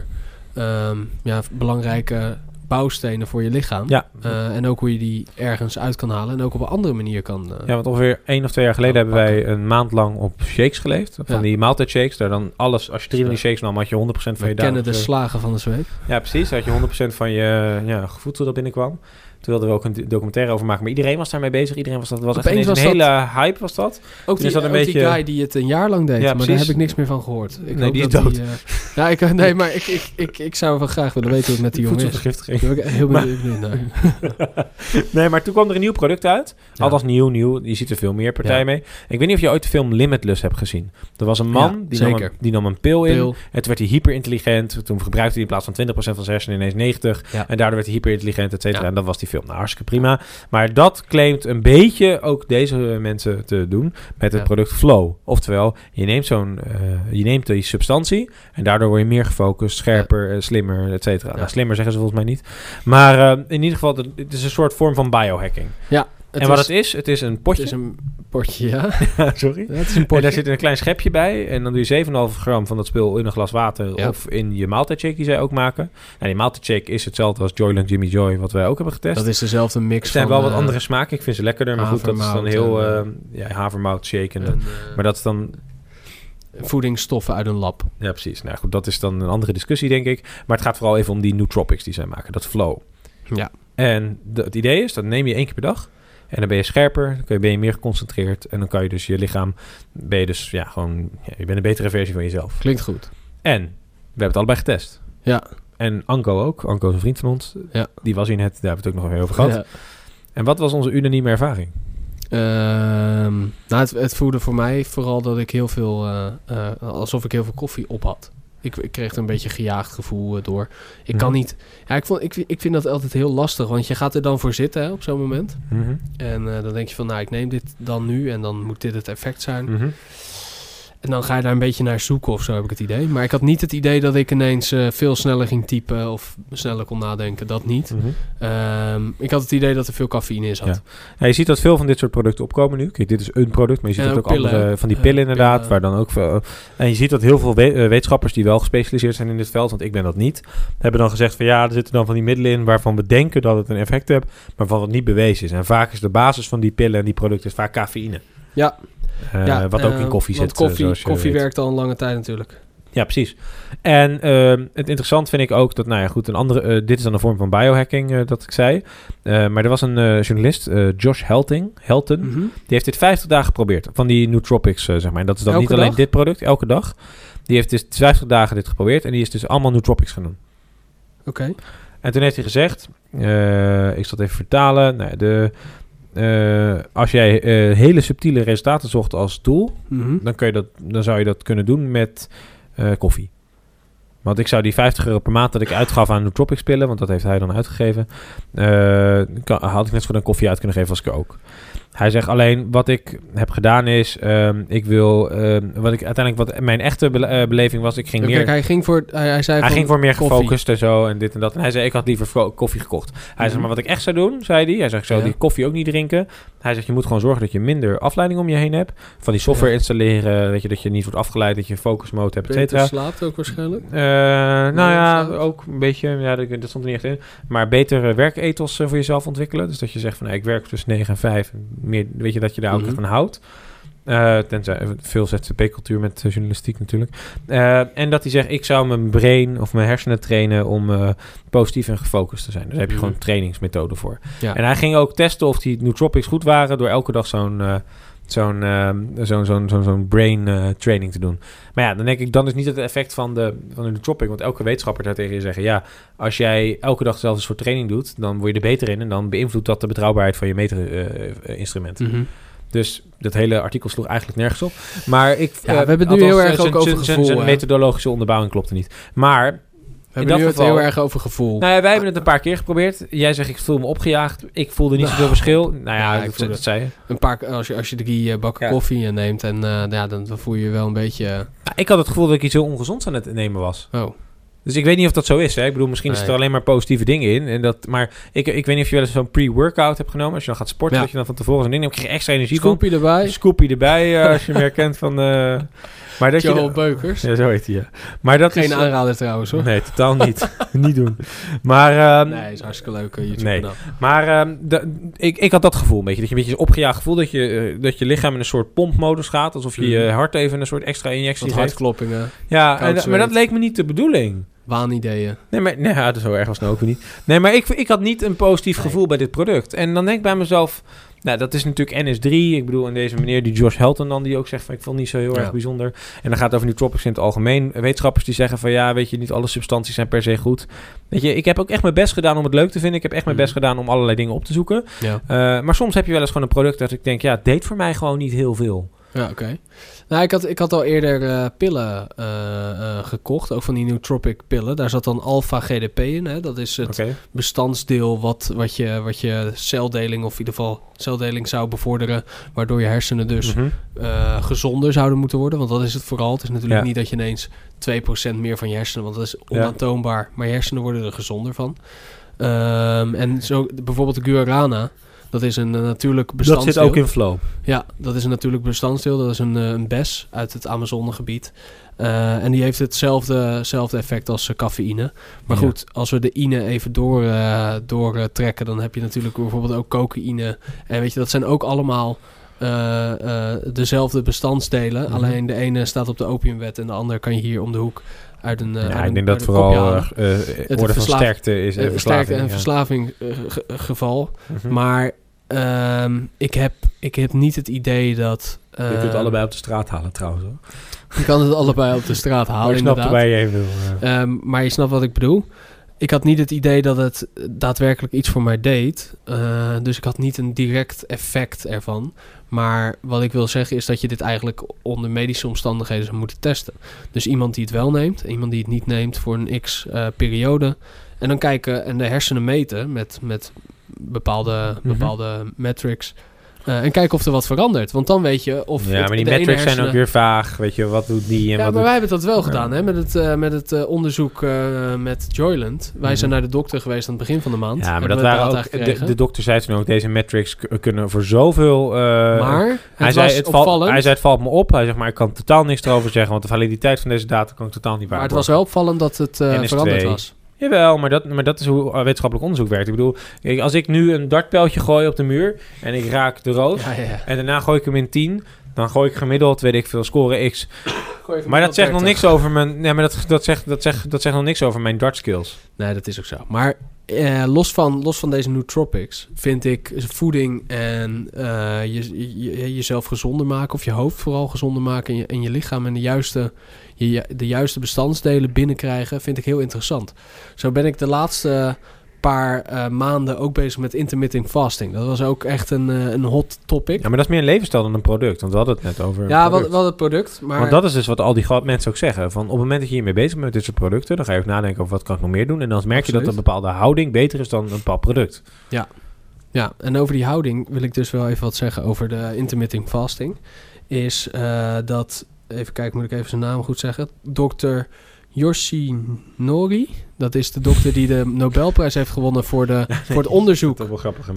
S1: belangrijke bouwstenen voor je lichaam. Ja. En ook hoe je die ergens uit kan halen en ook op een andere manier kan...
S3: want ongeveer 1 of 2 jaar geleden hebben wij een maand lang op shakes geleefd. Van die maaltijdshakes. Daar dan alles, als je 3 van die shakes nam, had je 100% van je dag.
S1: We kennen de slagen van de zweep.
S3: Ja, precies. Had je 100% van je voedsel dat binnenkwam. Toen wilden we ook een documentaire over maken. Maar iedereen was daarmee bezig. Iedereen was echt een hele hype was dat.
S1: Ook die guy die het een jaar lang deed. Ja, maar daar heb ik niks meer van gehoord.
S3: Die is dood.
S1: Maar ik zou wel graag willen weten hoe het met die jongen is.
S3: Voedselvergiftiging.
S1: Heel benieuwd naar.
S3: Nee, maar toen kwam er een nieuw product uit. Ja. Althans nieuw. Je ziet er veel meer partijen mee. Ik weet niet of je ooit de film Limitless hebt gezien. Er was een man die nam een pil in. En toen werd hij hyperintelligent. Toen gebruikte hij in plaats van 20% van zijn hersenen ineens 90%. Ja. En daardoor werd hij hyperintelligent, et cetera. En dat was die film. Nou, hartstikke prima. Maar dat claimt een beetje ook deze mensen te doen met het product Flow. Oftewel, je neemt die substantie en daardoor word je meer gefocust, scherper, slimmer, et cetera. Ja. Nou, slimmer zeggen ze volgens mij niet. Maar in ieder geval, het is een soort vorm van biohacking.
S1: Ja.
S3: Het is een potje.
S1: Het is een potje, ja.
S3: Sorry.
S1: Ja, het is een potje.
S3: En daar zit een klein schepje bij. En dan doe je 7,5 gram van dat spul in een glas water. Of in je maaltijdshake die zij ook maken. Nou, die maaltijdshake is hetzelfde als Joyland Jimmy Joy, wat wij ook hebben getest.
S1: Dat is dezelfde mix.
S3: Er zijn wel wat andere smaken. Ik vind ze lekkerder. Maar goed, dat is dan heel havermout shake. Maar dat is dan...
S1: voedingsstoffen uit een lab.
S3: Ja, precies. Nou goed, dat is dan een andere discussie, denk ik. Maar het gaat vooral even om die nootropics die zij maken. Dat Flow. Ja. En het idee is, dat neem je 1 keer per dag. En dan ben je scherper, dan ben je meer geconcentreerd. En dan kan je dus je lichaam... ben je dus gewoon... je bent een betere versie van jezelf.
S1: Klinkt goed.
S3: En we hebben het allebei getest.
S1: Ja.
S3: En Anko ook. Anko is een vriend van ons. Ja. Die was hier net. Daar hebben we het ook nog even over gehad. Ja. En wat was onze unanieme ervaring?
S1: Het voelde voor mij vooral dat ik heel veel... alsof ik heel veel koffie op had. Ik kreeg er een beetje gejaagd gevoel door. Ik kan niet... Ja, ik vind dat altijd heel lastig. Want je gaat er dan voor zitten op zo'n moment. Mm-hmm. En dan denk je van... ik neem dit dan nu. En dan moet dit het effect zijn. Mm-hmm. En dan ga je daar een beetje naar zoeken of zo, heb ik het idee. Maar ik had niet het idee dat ik ineens veel sneller ging typen... of sneller kon nadenken. Dat niet. Mm-hmm. Ik had het idee dat er veel cafeïne in zat.
S3: Ja. Ja, je ziet dat veel van dit soort producten opkomen nu. Kijk, dit is een product, maar je ziet dat ook pillen, andere van die pillen inderdaad. Pillen. Waar dan ook veel, en je ziet dat heel veel wetenschappers die wel gespecialiseerd zijn in dit veld... want ik ben dat niet, hebben dan gezegd van... er zitten dan van die middelen in waarvan we denken dat het een effect heeft... maar waarvan het niet bewezen is. En vaak is de basis van die pillen en die producten is vaak cafeïne.
S1: Ja.
S3: Wat ook in koffie zit.
S1: Want koffie werkt al een lange tijd natuurlijk.
S3: Ja, precies. En het interessant vind ik ook dat, nou ja, goed, een andere... dit is dan een vorm van biohacking, dat ik zei. Maar er was een journalist, Josh Helton. Die heeft dit 50 dagen geprobeerd. Van die nootropics, zeg maar. En dat is dan niet alleen dit product, elke dag. Die heeft dus 50 dagen dit geprobeerd. En die is dus allemaal nootropics gaan doen.
S1: Oké.
S3: En toen heeft hij gezegd... ik zal het even vertalen. Nou, als jij hele subtiele resultaten zocht als doel... dan zou je dat kunnen doen met koffie. Want ik zou die €50 per maand dat ik uitgaf aan nootropics pillen... want dat heeft hij dan uitgegeven... had ik net zo goed een koffie uit kunnen geven als ik er ook. Hij zegt alleen, wat ik heb gedaan is... ik wil... wat mijn echte beleving was... Ik ging meer...
S1: Kijk, hij
S3: ging voor meer gefocust en zo en dit en dat. En hij zei, ik had liever koffie gekocht. Hij zegt, maar wat ik echt zou doen, zei hij... Hij zegt, ik zou die koffie ook niet drinken. Hij zegt, je moet gewoon zorgen dat je minder afleiding om je heen hebt. Van die software installeren, weet je, dat je niet wordt afgeleid... dat je een focus mode hebt, et cetera.
S1: Beter slaapt ook waarschijnlijk?
S3: Nou ja, ook een beetje... Ja, dat stond er niet echt in. Maar beter werkethos voor jezelf ontwikkelen. Dus dat je zegt van, ik werk tussen 9 en 5... meer, weet je, dat je daar ook echt van houdt. Tenzij veel ZZP-cultuur met journalistiek natuurlijk. En dat hij zegt, ik zou mijn brain of mijn hersenen trainen om positief en gefocust te zijn. Dus daar heb je gewoon trainingsmethoden voor. Ja. En hij ging ook testen of die nootropics goed waren door elke dag zo'n brain training te doen. Maar ja, dan denk ik, dan is niet het effect van de nootropic. Want elke wetenschapper zou tegen je zeggen... ja, als jij elke dag dezelfde soort training doet... dan word je er beter in... en dan beïnvloedt dat de betrouwbaarheid van je meetinstrument. Dus dat hele artikel sloeg eigenlijk nergens op. Maar we
S1: hebben het nu heel erg ook over gevoel.
S3: Zijn methodologische onderbouwing klopte niet. Maar...
S1: We hebben nu het heel erg over gevoel.
S3: Nou ja, wij hebben het een paar keer geprobeerd. Jij zegt, ik voel me opgejaagd. Ik voelde niet zoveel verschil. Nou ja, dat zei je.
S1: Een paar, als je 3 bakken koffie neemt... en dan voel je wel een beetje...
S3: Ik had het gevoel dat ik iets heel ongezonds aan het nemen was.
S1: Oh.
S3: Dus ik weet niet of dat zo is. Hè? Ik bedoel, misschien is er alleen maar positieve dingen in. Maar ik weet niet of je wel eens zo'n pre-workout hebt genomen. Als je dan gaat sporten, dat je dan van tevoren zo'n ding neemt. Krijg je extra energie
S1: Scoopie
S3: van.
S1: erbij.
S3: Scoopie erbij, als je meer kent van... maar dat
S1: Joel Beukers.
S3: Ja, zo heet hij, ja. Maar dat
S1: geen aanrader trouwens, hoor.
S3: Nee, totaal niet. Niet doen. Maar...
S1: nee, is hartstikke leuk. YouTube
S3: nee. Maar ik had dat gevoel een beetje. Dat je een beetje opgejaagd gevoel. Dat je lichaam in een soort pompmodus gaat. Alsof je je hart even een soort extra injectie geeft.
S1: Hartkloppingen.
S3: Ja, maar dat leek me niet de bedoeling.
S1: Waanideeën.
S3: Nee, dat is zo erg was het ook niet. Nee, maar ik had niet een positief gevoel bij dit product. En dan denk ik bij mezelf... Nou, dat is natuurlijk NS3. Ik bedoel, en deze meneer, die Josh Helton dan... die ook zegt van, ik vond het niet zo heel erg bijzonder. En dan gaat het over nootropics in het algemeen. Wetenschappers die zeggen van... ja, weet je, niet alle substanties zijn per se goed. Weet je, ik heb ook echt mijn best gedaan om het leuk te vinden. Ik heb echt mijn best gedaan om allerlei dingen op te zoeken. Ja. Maar soms heb je wel eens gewoon een product... dat ik denk, ja, het deed voor mij gewoon niet heel veel.
S1: Ja, oké. Nou, ik had al eerder pillen gekocht, ook van die nootropic pillen. Daar zat dan alpha-GDP in. Hè? Dat is het bestandsdeel wat je celdeling, of in ieder geval celdeling zou bevorderen, waardoor je hersenen dus gezonder zouden moeten worden. Want dat is het vooral. Het is natuurlijk niet dat je ineens 2% meer van je hersenen, want dat is onaantoonbaar. Maar je hersenen worden er gezonder van. En zo bijvoorbeeld de guarana. Dat is een natuurlijk bestanddeel.
S3: Dat zit ook in flow.
S1: Ja, dat is een natuurlijk bestanddeel. Dat is een bes uit het Amazonegebied. En die heeft hetzelfde effect als cafeïne. Maar goed, als we de ine even doortrekken... dan heb je natuurlijk bijvoorbeeld ook cocaïne. En weet je, dat zijn ook allemaal dezelfde bestandsdelen. Alleen de ene staat op de opiumwet... en de andere kan je hier om de hoek...
S3: ik denk dat vooral orde van sterkte is
S1: sterkte en verslaving geval. Maar ik heb niet het idee dat...
S3: je kunt het allebei op de straat halen trouwens. Hoor.
S1: Je kan het allebei op de straat halen,
S3: maar je snapt waar je heen wil.
S1: Maar je snapt wat ik bedoel. Ik had niet het idee dat het daadwerkelijk iets voor mij deed. Dus ik had niet een direct effect ervan. Maar wat ik wil zeggen is dat je dit eigenlijk onder medische omstandigheden zou moeten testen. Dus iemand die het wel neemt, iemand die het niet neemt voor een periode. En dan kijken en de hersenen meten met bepaalde metrics. En kijken of er wat verandert. Want dan weet je of...
S3: Ja, maar die metrics zijn ook weer vaag. Weet je, wat doet die en
S1: ja,
S3: wat
S1: maar wij hebben dat wel gedaan, hè? Met het onderzoek met Joyland. Wij zijn naar de dokter geweest aan het begin van de maand.
S3: Ja, maar dat waren ook... De dokter zei toen ook, deze metrics kunnen voor zoveel...
S1: maar
S3: hij zei, het valt me op. Hij zegt, maar ik kan totaal niks erover zeggen. Want de validiteit van deze data kan ik totaal niet waarborgen.
S1: Maar het was wel opvallend dat het veranderd was.
S3: Jawel, maar dat is hoe wetenschappelijk onderzoek werkt. Ik bedoel, als ik nu een dartpijltje gooi op de muur en ik raak de rood en daarna gooi ik hem in 10, dan gooi ik gemiddeld, weet ik veel, score X
S1: gooi even
S3: Maar
S1: met
S3: dat zegt nog
S1: 30.
S3: niks over mijn... Nee, maar dat zegt nog niks over mijn dart skills.
S1: Nee, dat is ook zo. Maar los van deze nootropics vind ik voeding en jezelf gezonder maken, of je hoofd vooral gezonder maken en je lichaam en de juiste bestanddelen binnenkrijgen, vind ik heel interessant. Zo ben ik de laatste paar maanden ook bezig met intermittent fasting. Dat was ook echt een hot topic.
S3: Ja, maar dat is meer een levensstijl dan een product. Want we hadden het net over
S1: Ja,
S3: product.
S1: wel het product. Maar
S3: Want dat is dus wat al die mensen ook zeggen. Van op het moment dat je hiermee bezig bent met dit soort producten, dan ga je ook nadenken over wat kan ik nog meer doen. En dan merk je dat een bepaalde houding beter is dan een bepaald product.
S1: Ja, en over die houding wil ik dus wel even wat zeggen over de intermittent fasting. Is dat, even kijken, moet ik even zijn naam goed zeggen. Dr. Yoshinori, dat is de dokter die de Nobelprijs heeft gewonnen voor het onderzoek
S3: Dat is wel grappig.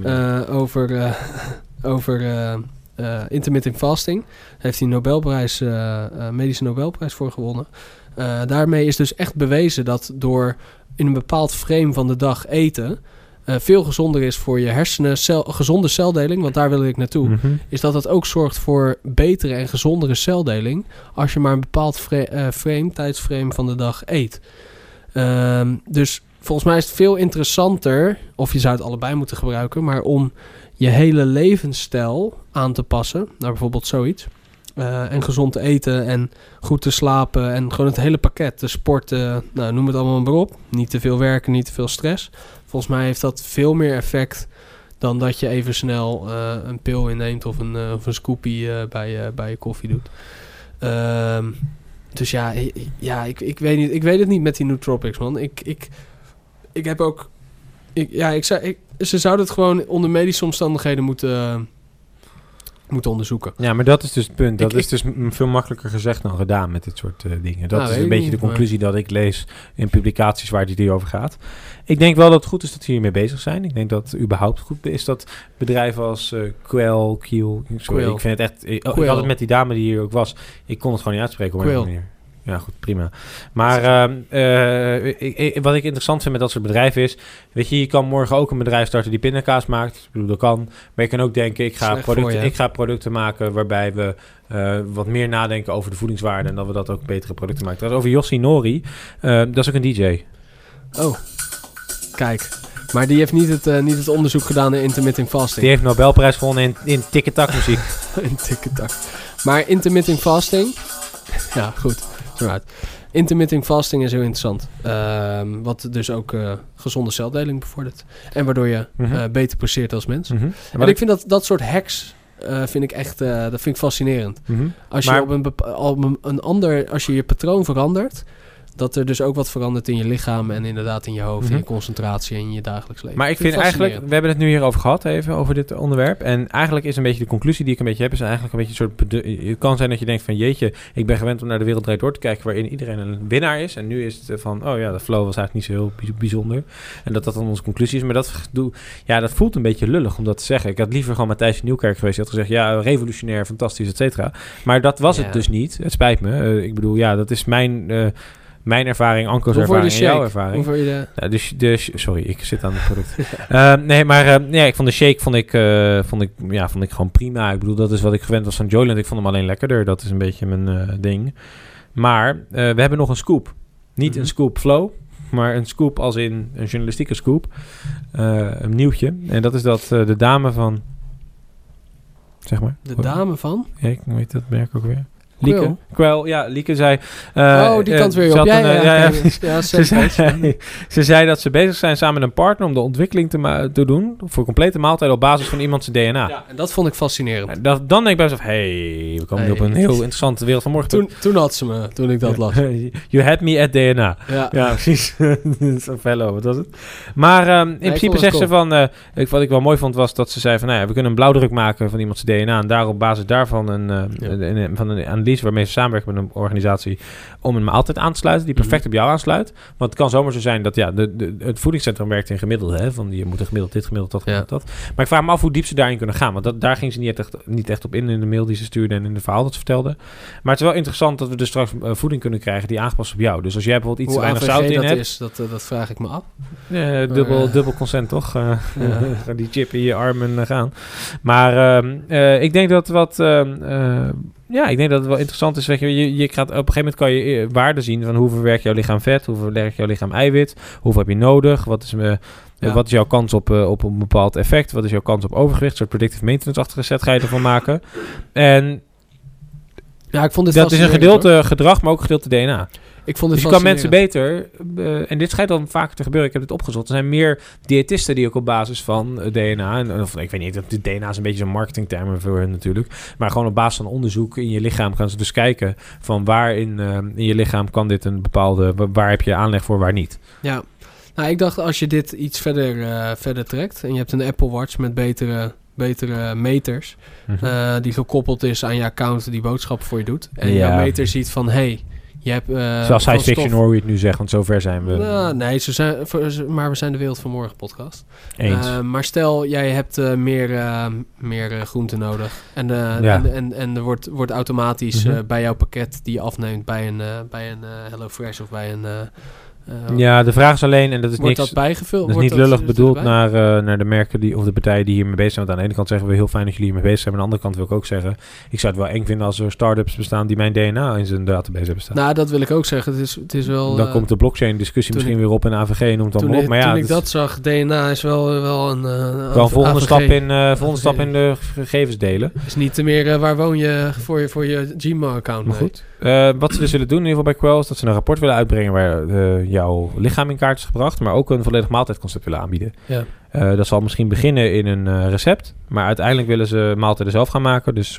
S1: over intermittent fasting. Daar heeft hij een medische Nobelprijs voor gewonnen. Daarmee is dus echt bewezen dat door in een bepaald frame van de dag eten veel gezonder is voor je hersenen, gezonde celdeling, want daar wil ik naartoe, is dat het ook zorgt voor betere en gezondere celdeling als je maar een bepaald tijdsframe van de dag eet. Dus volgens mij is het veel interessanter, of je zou het allebei moeten gebruiken, maar om je hele levensstijl aan te passen, naar bijvoorbeeld zoiets. En gezond te eten en goed te slapen en gewoon het hele pakket, de sporten, noem het allemaal maar op. Niet te veel werken, niet te veel stress. Volgens mij heeft dat veel meer effect dan dat je even snel een pil inneemt of een scoopie bij je koffie doet. Dus ik weet niet. Ik weet het niet met die nootropics, man. Ik heb ook... ze zouden het gewoon onder medische omstandigheden moeten onderzoeken.
S3: Ja, maar dat is dus het punt. Dat is dus veel makkelijker gezegd dan gedaan met dit soort dingen. Dat is een beetje de conclusie dat ik lees in publicaties waar die over gaat. Ik denk wel dat het goed is dat ze hiermee bezig zijn. Ik denk dat het überhaupt goed is dat bedrijven als Quell, ik vind het echt... Ik had het met die dame die hier ook was. Ik kon het gewoon niet uitspreken op een manier. Ja, goed, prima. Maar wat ik interessant vind met dat soort bedrijven is... Weet je kan morgen ook een bedrijf starten die pindakaas maakt. Ik bedoel, dat kan. Maar je kan ook denken, ik ga producten maken waarbij we wat meer nadenken over de voedingswaarde... en dat we dat ook betere producten maken. Trouwens, over Yoshinori, dat is ook een DJ.
S1: Oh, kijk. Maar die heeft niet het onderzoek gedaan in intermittent fasting.
S3: Die heeft Nobelprijs gewonnen in tikketak muziek.
S1: In tikketak. Maar intermittent fasting... Ja, goed. Intermittent fasting is heel interessant. Wat dus ook gezonde celdeling bevordert. En waardoor je beter presteert als mens. En ik vind dat soort hacks... vind ik echt dat vind ik fascinerend. Als je als je je patroon verandert... dat er dus ook wat verandert in je lichaam... en inderdaad in je hoofd, in je concentratie... en in je dagelijks leven.
S3: Maar ik vind eigenlijk... We hebben het nu hierover gehad, even over dit onderwerp. En eigenlijk is een beetje de conclusie die ik een beetje heb... is eigenlijk een beetje een soort... Het kan zijn dat je denkt van... jeetje, ik ben gewend om naar de wereld draait door te kijken... waarin iedereen een winnaar is. En nu is het van... oh ja, de flow was eigenlijk niet zo heel bijzonder. En dat dan onze conclusie is. Maar dat voelt een beetje lullig om dat te zeggen. Ik had liever gewoon Matthijs Nieuwkerk geweest. Die had gezegd... ja, revolutionair, fantastisch, et cetera. Maar dat was het dus niet. Het spijt me. Ik bedoel, ja, dat is mijn ervaring, Anko's ervaring en jouw ervaring.
S1: Hoe vond je
S3: de sorry, ik zit aan het product. Ik vond de shake vond ik gewoon prima. Ik bedoel, dat is wat ik gewend was van Joyland. Ik vond hem alleen lekkerder. Dat is een beetje mijn ding. Maar we hebben nog een scoop. Niet een scoop flow, maar een scoop als in een journalistieke scoop. Een nieuwtje. En dat is dat de dame van... Zeg maar.
S1: De dame van?
S3: Ja, ik weet dat merk ook weer. Lieke zei...
S1: die kant weer op.
S3: Ze zei dat ze bezig zijn samen met een partner... om de ontwikkeling te doen... voor complete maaltijd op basis van iemands DNA.
S1: Ja, en dat vond ik fascinerend.
S3: Dan denk ik bij mezelf... we komen nu op een heel interessante wereld van morgen.
S1: Toen had ze me, toen ik dat las.
S3: You had me at DNA. Ja precies. Zo'n fellow, wat was het? Maar in principe zegt ze van... wat ik wel mooi vond was dat ze zei van... we kunnen een blauwdruk maken van iemands DNA... en daar op basis daarvan een analyse... waarmee ze samenwerken met een organisatie om een maaltijd aan te sluiten die perfect op jou aansluit. Want het kan zomaar zo zijn dat het voedingscentrum werkt in gemiddelde. Hè, van je moet een gemiddeld dit, gemiddeld dat. Maar ik vraag me af hoe diep ze daarin kunnen gaan. Want daar ging ze niet echt op in de mail die ze stuurde en in de verhaal dat ze vertelde. Maar het is wel interessant dat we dus straks voeding kunnen krijgen die aangepast op jou. Dus als jij bijvoorbeeld iets te weinig zout in hebt...
S1: Dat vraag ik me af.
S3: Dubbel consent, toch? Die chip in je armen gaan. Maar ik denk dat Ja, ik denk dat het wel interessant is. Je gaat, op een gegeven moment kan je waarde zien van hoe verwerkt jouw lichaam vet, hoe verwerkt jouw lichaam eiwit, hoeveel heb je nodig, wat is jouw kans op een bepaald effect, wat is jouw kans op overgewicht, een soort predictive maintenance-achtige set ga je ervan maken. En
S1: ja, ik vond dit
S3: dat is een gedeelte gedrag, maar ook een gedeelte DNA.
S1: Ik vond het
S3: dus je kan mensen beter, en dit schijnt dan vaker te gebeuren, ik heb dit opgezocht, er zijn meer diëtisten die ook op basis van DNA, of ik weet niet, de DNA is een beetje zo'n marketingterm voor hen natuurlijk, maar gewoon op basis van onderzoek in je lichaam gaan ze dus kijken van waar in je lichaam kan dit een bepaalde, waar heb je aanleg voor, waar niet.
S1: Ja, nou ik dacht als je dit iets verder trekt en je hebt een Apple Watch met betere meters, die gekoppeld is aan je account die boodschappen voor je doet. En jouw meter ziet van, je hebt...
S3: Zoals science fiction hoor je het nu zeggen, want zover zijn we.
S1: Nee, maar we zijn de Wereld van Morgen podcast.
S3: Eens.
S1: Maar stel, jij hebt meer groente nodig. En er wordt automatisch bij jouw pakket die je afneemt bij een HelloFresh of bij een...
S3: ja, de vraag is alleen, en dat is
S1: wordt
S3: niks...
S1: dat bijgevuld?
S3: Dat is niet lullig bedoeld naar de merken of de partijen die hiermee bezig zijn. Want aan de ene kant zeggen we heel fijn dat jullie hiermee bezig zijn. Maar aan de andere kant wil ik ook zeggen, ik zou het wel eng vinden als er start-ups bestaan die mijn DNA in zijn database hebben staan.
S1: Nou, dat wil ik ook zeggen. Het is wel...
S3: Dan komt de blockchain discussie misschien weer op en AVG noemt dan op. Maar ja,
S1: toen ik dat zag, DNA is wel een...
S3: wel een volgende stap in de gegevens delen.
S1: Is niet meer waar woon je voor je Gmail-account.
S3: Maar goed. Wat ze dus willen doen in ieder geval bij Quell is dat ze een rapport willen uitbrengen waar jouw lichaam in kaart is gebracht, maar ook een volledig maaltijdconcept willen aanbieden. Ja. Dat zal misschien beginnen in een recept, maar uiteindelijk willen ze maaltijden zelf gaan maken. Dus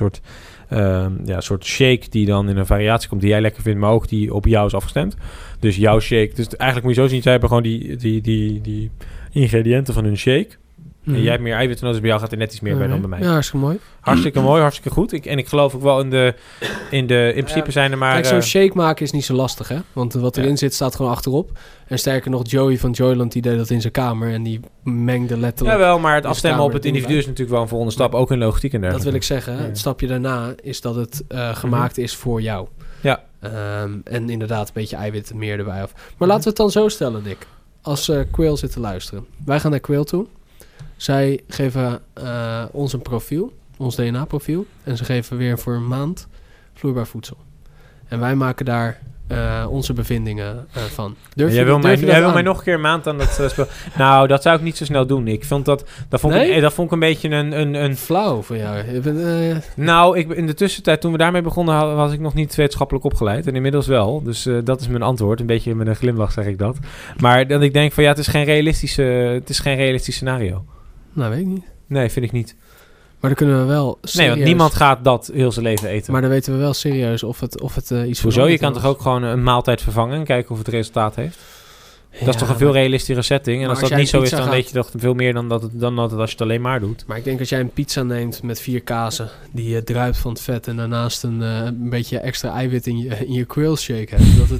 S3: een soort shake die dan in een variatie komt die jij lekker vindt, maar ook die op jou is afgestemd. Dus jouw shake, dus eigenlijk moet je zo zien, zij hebben gewoon die ingrediënten van hun shake. En jij hebt meer eiwitten nodig, dus bij jou gaat er net iets meer bij dan bij mij.
S1: Ja, hartstikke mooi.
S3: Hartstikke mooi, hartstikke goed. En ik geloof ook wel in principe zijn er maar...
S1: Kijk, zo'n shake maken is niet zo lastig, hè? Want wat erin zit, staat gewoon achterop. En sterker nog, Joey van Joyland, die deed dat in zijn kamer. En die mengde letterlijk...
S3: Jawel, maar het afstemmen op het individu is natuurlijk wel een volgende stap. Ook in logistiek en dergelijke.
S1: Dat wil ik zeggen. Het stapje daarna is dat het gemaakt is voor jou.
S3: Ja.
S1: En inderdaad een beetje eiwitten meer erbij. Maar laten we het dan zo stellen, Nick. Als Quail zit te luisteren. Wij gaan naar Quail toe. Zij geven ons een profiel, ons DNA-profiel. En ze geven weer voor een maand vloeibaar voedsel. En wij maken daar onze bevindingen van.
S3: Jij wil mij nog een keer een maand aan dat spel... Nou, dat zou ik niet zo snel doen. Ik vond dat vond ik een beetje een...
S1: Flauw van jou.
S3: Nou, in de tussentijd, toen we daarmee begonnen, was ik nog niet wetenschappelijk opgeleid. En inmiddels wel. Dus dat is mijn antwoord. Een beetje met een glimlach zeg ik dat. Maar dan ik denk van het is geen realistisch scenario.
S1: Nou, weet ik niet.
S3: Nee, vind ik niet.
S1: Maar dan kunnen we wel serieus...
S3: Nee, want niemand gaat dat heel zijn leven eten.
S1: Maar dan weten we wel serieus of het iets...
S3: Hoezo? Je kan toch ook gewoon een maaltijd vervangen en kijken of het resultaat heeft? Dat is toch een veel realistischere setting. En als dat niet zo is, dan weet je toch veel meer dan dat als je het alleen maar doet. Maar
S1: ik denk als jij een pizza neemt met 4 kazen, die druipt van het vet en daarnaast een beetje extra eiwit in je Quail shake hebt, dat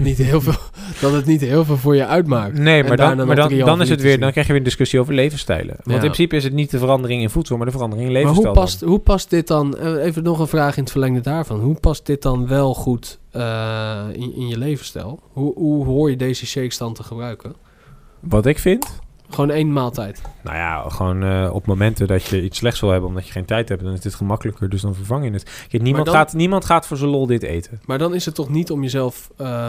S1: het niet heel veel voor je uitmaakt.
S3: Nee, maar dan is het weer, dan krijg je weer een discussie over levensstijlen. Want in principe is het niet de verandering in voedsel, maar de verandering in levensstijl.
S1: Maar hoe past dit dan, even nog een vraag in het verlengde daarvan, hoe past dit dan wel goed in je levensstijl? Hoe hoor je deze shakes dan te gebruiken? Wat ik vind? Gewoon 1 maaltijd.
S3: Nou ja, gewoon op momenten dat je iets slechts wil hebben omdat je geen tijd hebt, dan is dit gemakkelijker, dus dan vervang je het. Kijk, niemand gaat voor zijn lol dit eten.
S1: Maar dan is het toch niet om jezelf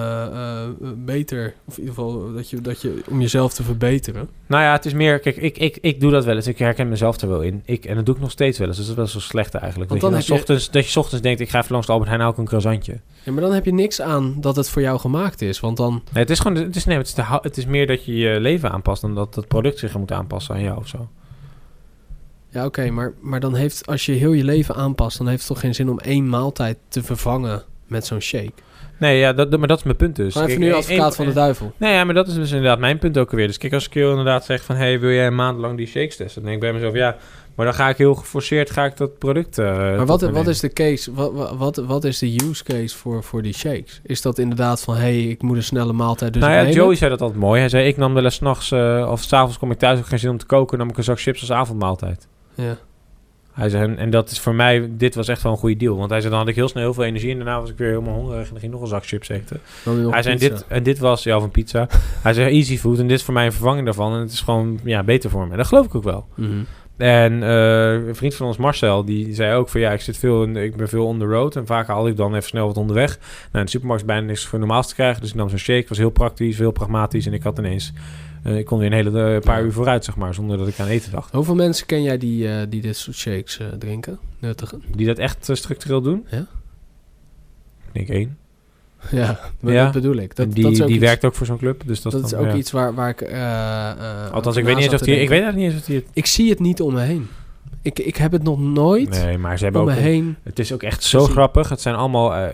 S1: beter, of in ieder geval dat je om jezelf te verbeteren?
S3: Nou ja, het is meer, kijk, ik doe dat wel eens. Ik herken mezelf er wel in. En dat doe ik nog steeds wel eens. Dus dat is wel zo slecht eigenlijk. Want dat je ochtends denkt, ik ga even langs de Albert Heijn, haal ik een croissantje.
S1: Ja, maar dan heb je niks aan dat het voor jou gemaakt is, want dan...
S3: Nee, het is meer dat je je leven aanpast dan dat het product zich moet aanpassen aan jou of zo.
S1: Ja, oké, maar dan als je heel je leven aanpast, dan heeft het toch geen zin om 1 maaltijd te vervangen met zo'n shake?
S3: Nee, ja, maar dat is mijn punt dus.
S1: Maar even nu advocaat van de duivel.
S3: Nee, ja, maar dat is dus inderdaad mijn punt ook alweer. Dus kijk, als ik heel inderdaad zeg van, wil jij een maand lang die shakes testen? Dan denk ik bij mezelf, ja, maar dan ga ik heel geforceerd dat product...
S1: maar wat is de case? Wat is de use case voor die shakes? Is dat inderdaad van, ik moet een snelle maaltijd dus nemen?
S3: Joey zei dat altijd mooi. Hij zei, ik nam wel eens 's nachts of 's avonds kom ik thuis, ook geen zin om te koken, nam ik een zak chips als avondmaaltijd. Ja. Hij zei, en dat is voor mij, dit was echt wel een goede deal. Want hij zei, dan had ik heel snel heel veel energie en daarna was ik weer helemaal hongerig en dan ging nog een zak chips eten. Hij zei, dit was, van pizza. Hij zei, easy food en dit is voor mij een vervanging daarvan en het is gewoon, beter voor me. Dat geloof ik ook wel. Mm-hmm. En een vriend van ons, Marcel, die zei ook van ja, ik ben veel on the road. En vaak haal ik dan even snel wat onderweg. Nou, in de supermarkt is bijna niks voor normaals te krijgen. Dus ik nam zo'n shake, was heel praktisch, heel pragmatisch. En ik had ineens, ik kon weer een hele paar uur vooruit, zeg maar, zonder dat ik aan eten dacht.
S1: Hoeveel mensen ken jij die dit soort shakes drinken, nuttigen?
S3: Die dat echt structureel doen?
S1: Ja.
S3: Ik denk 1.
S1: Ja, dat bedoel ik.
S3: Die werkt ook voor zo'n club. Dus dat
S1: is ook iets waar ik...
S3: Althans, ik weet niet eens of die... Ik weet eigenlijk niet eens of die...
S1: Ik zie het niet om me heen. Ik heb het nog nooit
S3: nee, maar ze hebben
S1: om
S3: ook
S1: me heen.
S3: Het is ook echt zo grappig. Het zijn allemaal...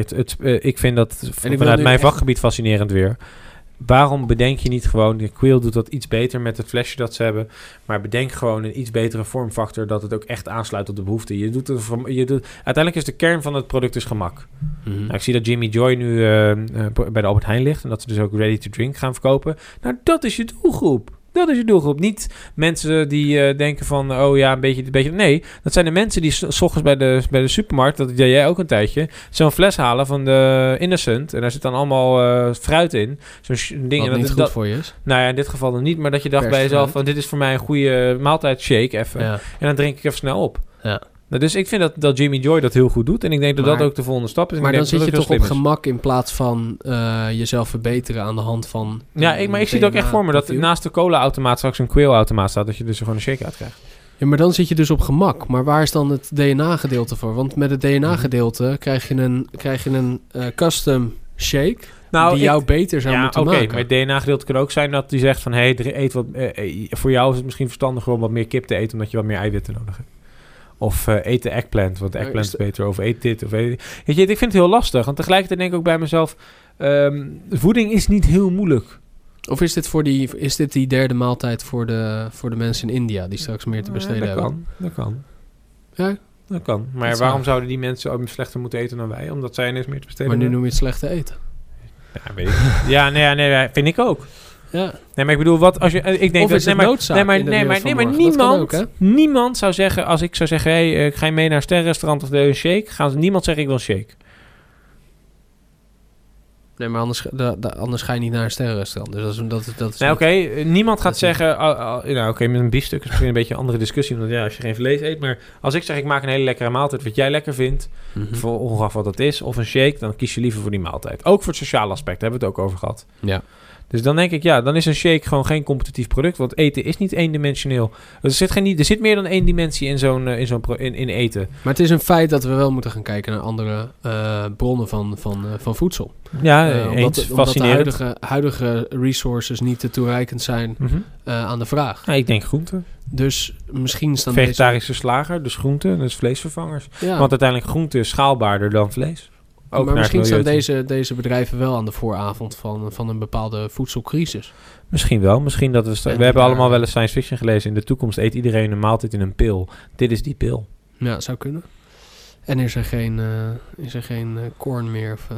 S3: ik vind dat vanuit mijn vakgebied fascinerend weer. Waarom bedenk je niet gewoon... De Quail doet dat iets beter met het flesje dat ze hebben. Maar bedenk gewoon een iets betere vormfactor... dat het ook echt aansluit op de behoefte. Uiteindelijk is de kern van het product dus gemak. Mm-hmm. Nou, ik zie dat Jimmy Joy nu bij de Albert Heijn ligt... en dat ze dus ook ready to drink gaan verkopen. Nou, dat is je doelgroep. Dat is je doelgroep. Niet mensen die denken van... oh ja, een beetje... Nee, dat zijn de mensen die 's ochtends bij de supermarkt... dat deed jij ook een tijdje... zo'n fles halen van de Innocent... en daar zit dan allemaal fruit in. Zo'n ding...
S1: Wat niet goed voor je is.
S3: Nou ja, in dit geval dan niet... maar dat je dacht bij jezelf... van dit is voor mij een goede maaltijdshake even. Ja. En dan drink ik even snel op. Ja. Dus ik vind dat Jimmy Joy dat heel goed doet. En ik denk dat ook de volgende stap is.
S1: Maar dan zit je toch op gemak in plaats van jezelf verbeteren aan de hand van...
S3: Ja, maar ik zie het ook echt voor me. Dat naast de cola-automaat straks een Quail-automaat staat. Dat je dus gewoon een shake uit krijgt.
S1: Ja, maar dan zit je dus op gemak. Maar waar is dan het DNA-gedeelte voor? Want met het DNA-gedeelte krijg je een custom shake... die jou beter zou moeten maken.
S3: Maar het DNA-gedeelte kan ook zijn dat die zegt van... eet wat, voor jou is het misschien verstandiger om wat meer kip te eten... omdat je wat meer eiwitten nodig hebt. Of eet de eggplant, want de eggplant is beter. Of eet dit. Of weet je, ik vind het heel lastig. Want tegelijkertijd denk ik ook bij mezelf... voeding is niet heel moeilijk.
S1: Of is dit die derde maaltijd voor de mensen in India... die straks meer te besteden hebben?
S3: Dat kan.
S1: Ja?
S3: Dat kan. Maar waarom zouden die mensen ook slechter moeten eten dan wij? Omdat zij ineens meer te besteden
S1: hebben? Maar nu
S3: hebben?
S1: noem je het slechte eten.
S3: Ja, weet ik. Nee, vind ik ook.
S1: Ja.
S3: Nee, maar ik bedoel, wat als je... Ik denk
S1: of is het noodzaak
S3: niemand zou zeggen... Als ik zou zeggen, hey, ga je mee naar een sterrenrestaurant of wil je een shake? Niemand zeggen, ik wil een shake.
S1: Nee, maar anders ga je niet naar een sterrenrestaurant. Dus dat is
S3: nee, oké. Niemand gaat zeggen... met een biefstuk is misschien een beetje een andere discussie. Omdat als je geen vlees eet... Maar als ik zeg, ik maak een hele lekkere maaltijd... wat jij lekker vindt... voor ongeacht wat dat is... of een shake... dan kies je liever voor die maaltijd. Ook voor het sociale aspect. Daar hebben we het ook over gehad.
S1: Ja.
S3: Dus dan denk ik, dan is een shake gewoon geen competitief product. Want eten is niet eendimensioneel. Er zit meer dan één dimensie in eten.
S1: Maar het is een feit dat we wel moeten gaan kijken naar andere bronnen van voedsel.
S3: Ja,
S1: omdat de huidige resources niet te toereikend zijn aan de vraag.
S3: Ja, ik denk groenten.
S1: Dus misschien staan
S3: vegetarische slager, dus groenten, dus vleesvervangers. Ja. Want uiteindelijk groente is schaalbaarder dan vlees. Ook
S1: maar misschien staan deze bedrijven wel aan de vooravond van een bepaalde voedselcrisis.
S3: Misschien wel. Misschien dat we hebben allemaal wel eens science fiction gelezen. In de toekomst eet iedereen een maaltijd in een pil. Dit is die pil.
S1: Ja, zou kunnen. En is er geen corn meer of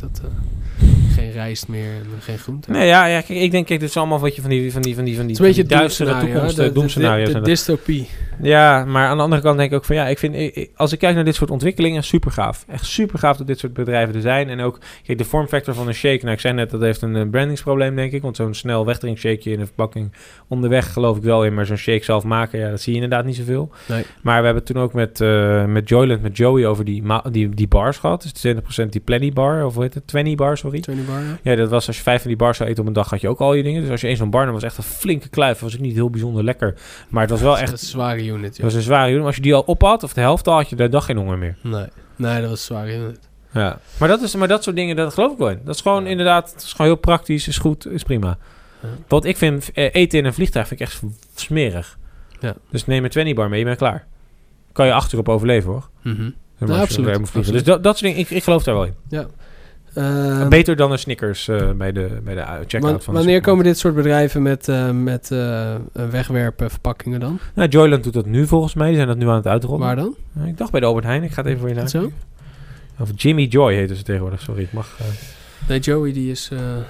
S1: geen rijst meer en geen groente?
S3: Nee, kijk, ik denk, dit is allemaal wat je van die duistere toekomst, doemscenario's.
S1: De dystopie.
S3: Ja, maar aan de andere kant denk ik ook van ik vind, als ik kijk naar dit soort ontwikkelingen, super gaaf. Echt super gaaf dat dit soort bedrijven er zijn. En ook, kijk, de vormfactor van een shake, nou ik zei net, dat heeft een brandingsprobleem denk ik, want zo'n snel wegdrinkshakeje in een verpakking onderweg geloof ik wel in, maar zo'n shake zelf maken, dat zie je inderdaad niet zoveel. Nee. Maar we hebben toen ook met Joyland, met Joey over die bars gehad. Dus 20% die Plenty bar, of hoe heet het? 20 bar, sorry.
S1: 20 bar,
S3: ja, dat was als je 5 van die bars zou eten op een dag, had je ook al je dingen. Dus als je één zo'n bar nam, was echt een flinke kluif. Was ook niet heel bijzonder lekker. Maar het was wel echt...
S1: Dat is een zware unit,
S3: joh. Dat was een zware unit. Als je die al op had, of de helft al, had je de dag geen honger meer.
S1: Nee, dat was een zware unit.
S3: Ja. Maar dat soort dingen, dat geloof ik wel in. Dat is gewoon inderdaad, het is gewoon heel praktisch, is goed, is prima. Ja. Want ik vind eten in een vliegtuig vind ik echt smerig. Ja. Dus neem een 20 bar mee, je bent klaar. Kan je achterop overleven, hoor.
S1: Absoluut.
S3: Dus dat soort dingen, ik geloof daar wel in.
S1: Ja.
S3: Beter dan een Snickers bij de checkout van
S1: wanneer komen dit soort bedrijven met wegwerpverpakkingen dan?
S3: Nou, Joyland doet dat nu volgens mij. Die zijn dat nu aan het uitrollen.
S1: Waar dan?
S3: Ik dacht bij de Albert Heijn. Ik ga het even voor je nadenken.
S1: Zo?
S3: Of Jimmy Joy heet ze tegenwoordig. Sorry, ik mag...
S1: Nee, Joey die is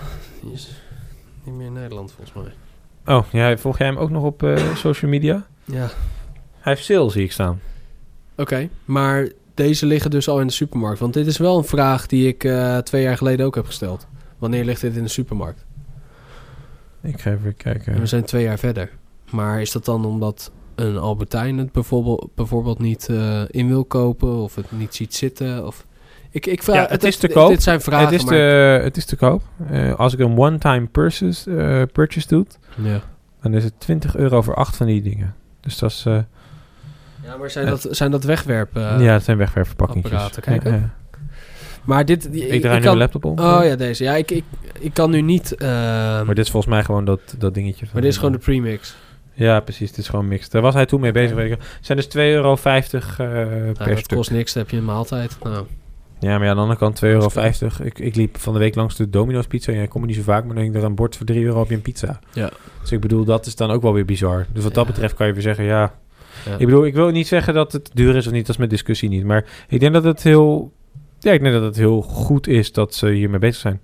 S1: niet meer in Nederland volgens mij.
S3: Oh, ja, volg jij hem ook nog op social media?
S1: Ja.
S3: Hij heeft sale, zie ik staan.
S1: Oké, maar... Deze liggen dus al in de supermarkt. Want dit is wel een vraag die ik 2 jaar geleden ook heb gesteld. Wanneer ligt dit in de supermarkt?
S3: Ik ga even kijken.
S1: En we zijn 2 jaar verder. Maar is dat dan omdat een Albert Heijn het bijvoorbeeld niet in wil kopen of het niet ziet zitten. Of ik vraag,
S3: het is te koop.
S1: Dit zijn vragen.
S3: Het is te koop. Als ik een one-time purchase doe, dan is het €20 voor 8 van die dingen. Dus dat is...
S1: ja, maar zijn dat wegwerpen?
S3: Ja, het zijn wegwerpverpakkingen.
S1: Kijk. Maar dit...
S3: Ik draai nu mijn laptop om.
S1: Oh ja, deze. Ja, ik kan nu niet...
S3: maar dit is volgens mij gewoon dat dingetje.
S1: Maar dit is gewoon de premix.
S3: Ja, precies. Het is gewoon mixed. Daar was hij toen mee bezig. Het zijn dus €2,50 per
S1: dat
S3: stuk.
S1: kost niks, dan heb je een maaltijd. Nou.
S3: Ja, maar aan de andere kant €2,50. Ik liep van de week langs de Domino's pizza. Ja, ik kom er niet zo vaak, maar dan denk ik er een bord voor €3 op je een pizza. Ja. Dus ik bedoel, dat is dan ook wel weer bizar. Dus wat dat betreft kan je weer zeggen, ja. Ik bedoel, ik wil niet zeggen dat het duur is of niet. Dat is mijn discussie niet. Maar ik denk dat het heel... Ja, ik denk dat het heel goed is dat ze hiermee bezig zijn.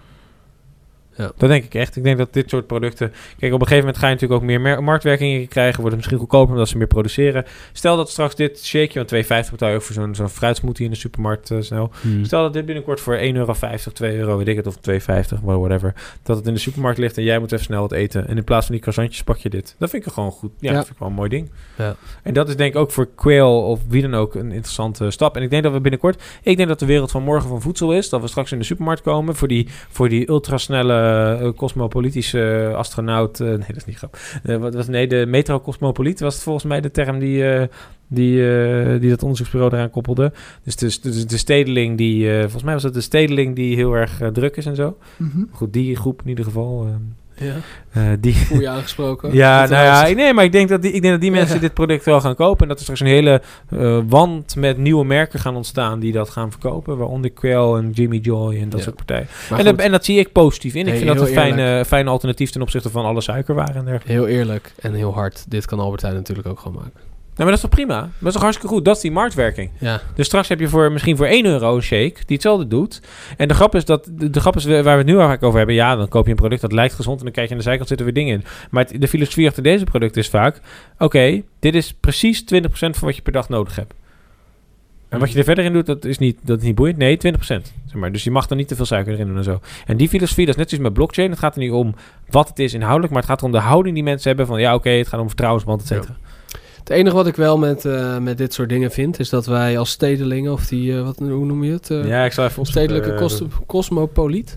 S3: Ja. Dat denk ik echt. Ik denk dat dit soort producten... Kijk, op een gegeven moment ga je natuurlijk ook meer marktwerking krijgen. Wordt het misschien goedkoper omdat ze meer produceren. Stel dat straks dit shakeje, want €2,50 betaal je ook voor zo'n fruitsmoothie in de supermarkt snel. Stel dat dit binnenkort voor €1,50, €2, weet ik het, of €2,50, whatever. Dat het in de supermarkt ligt en jij moet even snel wat eten. En in plaats van die croissantjes pak je dit. Dat vind ik gewoon goed. Ja, dat vind ik wel een mooi ding. Ja. En dat is denk ik ook voor Quail of wie dan ook een interessante stap. En ik denk dat we binnenkort... Ik denk dat de wereld van morgen van voedsel is. Dat we straks in de supermarkt komen voor die ultrasnelle cosmopolitische astronaut. Nee, dat is niet grappig. De metro-cosmopoliet was het volgens mij de term die dat onderzoeksbureau eraan koppelde. Dus de stedeling die... volgens mij was het de stedeling die heel erg druk is en zo. Mm-hmm. Goed, die groep in ieder geval...
S1: die voel je aangesproken.
S3: Ja, maar ik denk dat die mensen dit product wel gaan kopen. En dat er straks een hele wand met nieuwe merken gaan ontstaan die dat gaan verkopen. Waaronder Quail en Jimmy Joy en dat soort partijen. En dat zie ik positief in. Ik vind dat een fijn alternatief ten opzichte van alle suikerwaren en dergelijke.
S1: Heel eerlijk en heel hard. Dit kan Albert Heijn natuurlijk ook gewoon maken.
S3: Nou, maar dat is toch prima? Dat is toch hartstikke goed? Dat is die marktwerking. Ja. Dus straks heb je misschien voor €1 een shake die hetzelfde doet. En de grap is waar we het nu eigenlijk over hebben. Ja, dan koop je een product dat lijkt gezond en dan kijk je aan de zijkant zitten weer dingen in. Maar de filosofie achter deze producten is vaak... Oké, dit is precies 20% van wat je per dag nodig hebt. En wat je er verder in doet, dat is niet boeiend. Nee, 20%. Zeg maar. Dus je mag er niet te veel suiker erin doen en zo. En die filosofie, dat is net zoals met blockchain. Het gaat er niet om wat het is inhoudelijk, maar het gaat om de houding die mensen hebben van... Ja, oké, het gaat om vertrouwensband, et cetera. Ja.
S1: Het enige wat ik wel met dit soort dingen vind... is dat wij als stedelingen... of die, hoe noem je het?
S3: Ja, ik zal even
S1: stedelijke cosmopoliet...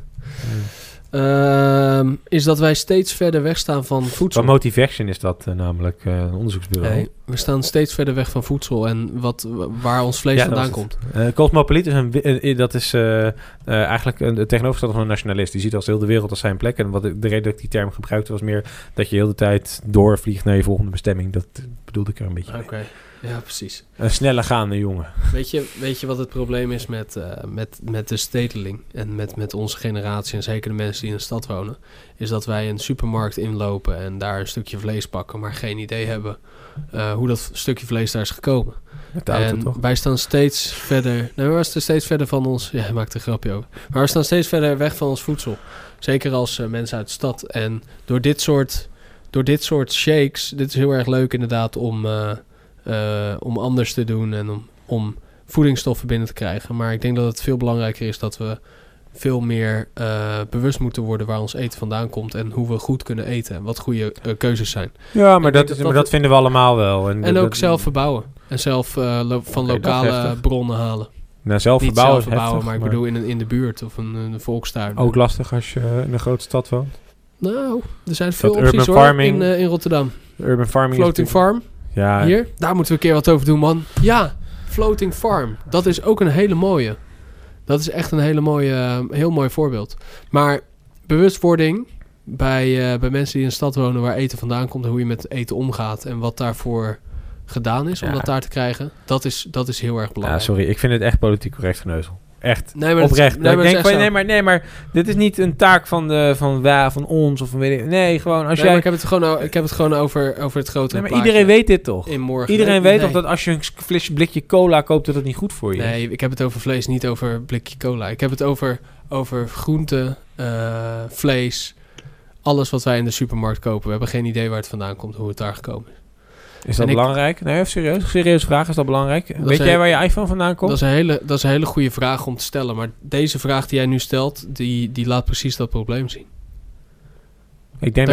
S1: is dat wij steeds verder weg staan van voedsel.
S3: Van Motivaction is dat namelijk een onderzoeksbureau.
S1: Nee, we staan steeds verder weg van voedsel... en waar ons vlees vandaan komt.
S3: Cosmopoliet is eigenlijk een tegenovergestelde van een nationalist. Die ziet als heel de wereld als zijn plek. En de reden dat ik die term gebruikte was meer... dat je heel de tijd doorvliegt naar je volgende bestemming. Dat bedoelde ik er een beetje mee.
S1: Oké. Ja, precies.
S3: Een snelle gaande jongen.
S1: Weet je wat het probleem is met de stedeling en met onze generatie en zeker de mensen die in de stad wonen, is dat wij een supermarkt inlopen en daar een stukje vlees pakken, maar geen idee hebben hoe dat stukje vlees daar is gekomen.
S3: Met de auto,
S1: en
S3: toch?
S1: Wij staan steeds verder... Nee, we staan steeds verder van ons... Ja, hij maakt een grapje over. Maar we staan steeds verder weg van ons voedsel. Zeker als mensen uit de stad. En door dit soort shakes... Dit is heel erg leuk inderdaad om anders te doen en om voedingsstoffen binnen te krijgen. Maar ik denk dat het veel belangrijker is dat we veel meer bewust moeten worden waar ons eten vandaan komt en hoe we goed kunnen eten en wat goede keuzes zijn.
S3: Ja, maar dat vinden we allemaal wel.
S1: En ook zelf verbouwen. En zelf van lokale bronnen halen.
S3: Nou, zelf verbouwen,
S1: heftig, maar ik bedoel in de buurt of een volkstuin.
S3: Ook lastig als je in een grote stad woont?
S1: Nou, er zijn veel opties hoor, in Rotterdam.
S3: Urban farming.
S1: Floating farm.
S3: Ja.
S1: Hier, daar moeten we een keer wat over doen, man. Ja, floating farm. Dat is ook een hele mooie. Dat is echt een heel mooi voorbeeld. Maar bewustwording bij mensen die in een stad wonen waar eten vandaan komt en hoe je met eten omgaat en wat daarvoor gedaan is om dat daar te krijgen, dat is heel erg belangrijk.
S3: Ja, sorry, ik vind het echt politiek correct geneuzel. Echt,
S1: nee,
S3: oprecht. Nee, maar dit is niet een taak van ons of van weet ik. Nee, gewoon als jij...
S1: Maar ik heb het gewoon over het grotere
S3: maar iedereen weet dit toch? Iedereen weet toch dat als je een blikje cola koopt dat het niet goed voor je is?
S1: Nee, ik heb het over vlees, niet over blikje cola. Ik heb het over groenten, vlees, alles wat wij in de supermarkt kopen. We hebben geen idee waar het vandaan komt, hoe het daar gekomen is.
S3: Is dat belangrijk? Nee, even serieus vraag. Is dat belangrijk? Weet jij waar je iPhone vandaan komt?
S1: Dat is een hele goede vraag om te stellen. Maar deze vraag die jij nu stelt, die laat precies dat probleem zien.
S3: Ik denk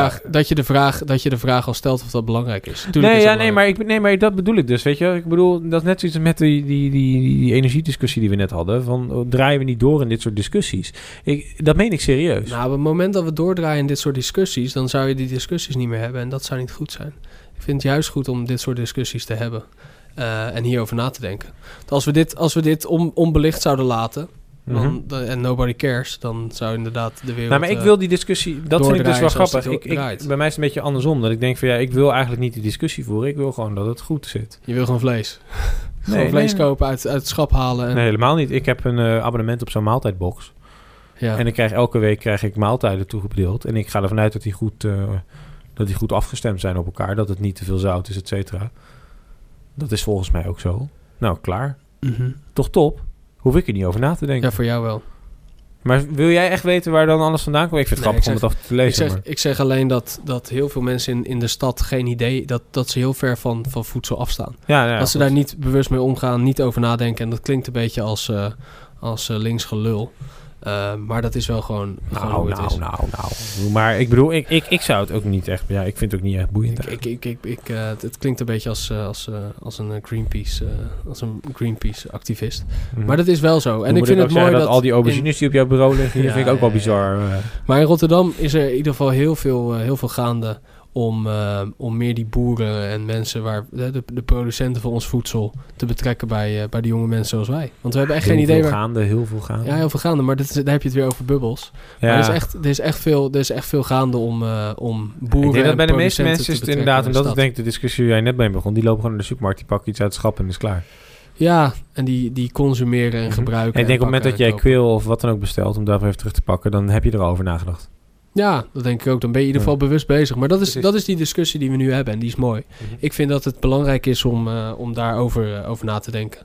S1: dat je de vraag al stelt of dat belangrijk is.
S3: Maar dat bedoel ik dus, weet je. Ik bedoel, dat is net zoiets met die energiediscussie die we net hadden. Van, draaien we niet door in dit soort discussies? Dat meen ik serieus.
S1: Nou, op het moment dat we doordraaien in dit soort discussies, dan zou je die discussies niet meer hebben. En dat zou niet goed zijn. Ik vind het juist goed om dit soort discussies te hebben. En hierover na te denken. Als we dit onbelicht zouden laten... en nobody cares, dan zou inderdaad de wereld...
S3: Nou, maar ik wil die discussie... Dat vind ik dus wel grappig. Bij mij is het een beetje andersom. Dat ik denk van ik wil eigenlijk niet die discussie voeren. Ik wil gewoon dat het goed zit.
S1: Je wil gewoon vlees. Vlees kopen, uit het schap halen. En...
S3: Nee, helemaal niet. Ik heb een abonnement op zo'n maaltijdbox. Ja. En elke week krijg ik maaltijden toegedeeld. En ik ga ervan uit dat die goed afgestemd zijn op elkaar. Dat het niet te veel zout is, et cetera. Dat is volgens mij ook zo. Nou, klaar. Mm-hmm. Toch top? Hoef ik er niet over na te denken.
S1: Ja, voor jou wel.
S3: Maar wil jij echt weten waar dan alles vandaan komt? Ik vind het grappig om het af te lezen.
S1: Ik zeg alleen dat heel veel mensen in de stad geen idee... dat ze heel ver van voedsel afstaan. Dat ze daar niet bewust mee omgaan, niet over nadenken. En dat klinkt een beetje als links gelul. Maar dat is wel gewoon hoe het is.
S3: Maar ik bedoel, ik zou het ook niet echt... Ja, ik vind het ook niet echt boeiend.
S1: Het klinkt een beetje als een Greenpeace activist. Mm-hmm. Maar dat is wel zo. En ik vind het mooi dat
S3: al die aubergines die op jouw bureau liggen... die vind ik ook wel bizar.
S1: Maar in Rotterdam is er in ieder geval heel veel gaande... om meer die boeren en mensen waar de producenten van ons voedsel te betrekken bij de jonge mensen zoals wij. Want we hebben echt geen idee
S3: heel veel gaande.
S1: Ja, heel veel gaande, maar daar heb je het weer over bubbels. Ja. Maar er is echt veel gaande om boeren.
S3: Ik denk dat bij de meeste mensen is het inderdaad, en dat is denk ik de discussie waar jij net mee begon, die lopen gewoon naar de supermarkt, die pakken iets uit het schap en is klaar.
S1: Ja, en die consumeren en gebruiken.
S3: En ik denk op het moment dat jij kweel of wat dan ook bestelt, om daarvoor even terug te pakken, dan heb je erover nagedacht.
S1: Ja, dat denk ik ook. Dan ben je in ieder geval bewust bezig. Maar dat is die discussie die we nu hebben en die is mooi. Mm-hmm. Ik vind dat het belangrijk is om daarover over na te denken.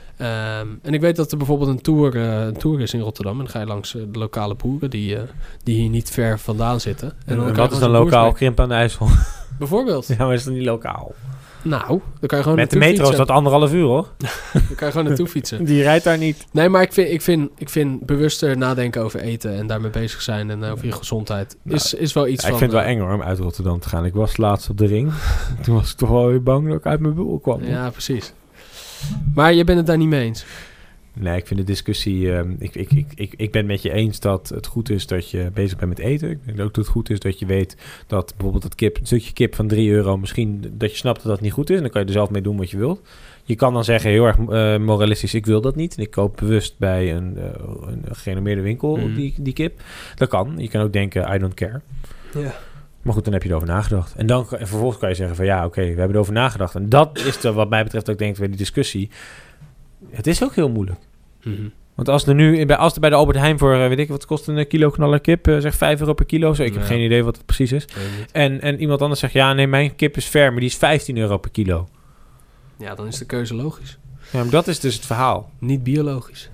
S1: En ik weet dat er bijvoorbeeld een tour is in Rotterdam. En dan ga je langs de lokale boeren die hier niet ver vandaan zitten.
S3: En wat is dan lokaal? Krimp aan de IJssel?
S1: Bijvoorbeeld.
S3: Ja, maar is dat niet lokaal?
S1: Nou, dan kan je gewoon
S3: met de metro fietsen. Is dat 1,5 uur, hoor.
S1: Dan kan je gewoon naartoe fietsen.
S3: Die rijdt daar niet.
S1: Nee, maar ik vind bewuster nadenken over eten en daarmee bezig zijn en over je gezondheid is wel iets van...
S3: Ik vind het wel eng hoor, om uit Rotterdam te gaan. Ik was laatst op de Ring. Toen was ik toch wel weer bang dat ik uit mijn bubbel kwam.
S1: Ja, precies. Maar je bent het daar niet mee eens?
S3: Nee, ik vind de discussie... Ik ben het met je eens dat het goed is dat je bezig bent met eten. Ik denk ook dat het goed is dat je weet dat bijvoorbeeld een stukje kip van €3... misschien dat je snapt dat dat niet goed is. En dan kan je er zelf mee doen wat je wilt. Je kan dan zeggen, heel erg moralistisch, ik wil dat niet. En ik koop bewust bij een gerenommeerde winkel die kip. Dat kan. Je kan ook denken, I don't care. Ja. Maar goed, dan heb je erover nagedacht. En vervolgens kan je zeggen van we hebben erover nagedacht. En dat is wat mij betreft ook denk ik bij die discussie. Het is ook heel moeilijk. Mm-hmm. Want als er bij de Albert Heijn voor, weet ik wat kost een kilo knaller kip, zegt €5 per kilo. Zo, ik heb geen idee wat het precies is. En iemand anders zegt, mijn kip is fair, maar die is €15 per kilo.
S1: Ja, dan is de keuze logisch.
S3: Ja, maar dat is dus het verhaal.
S1: Niet biologisch.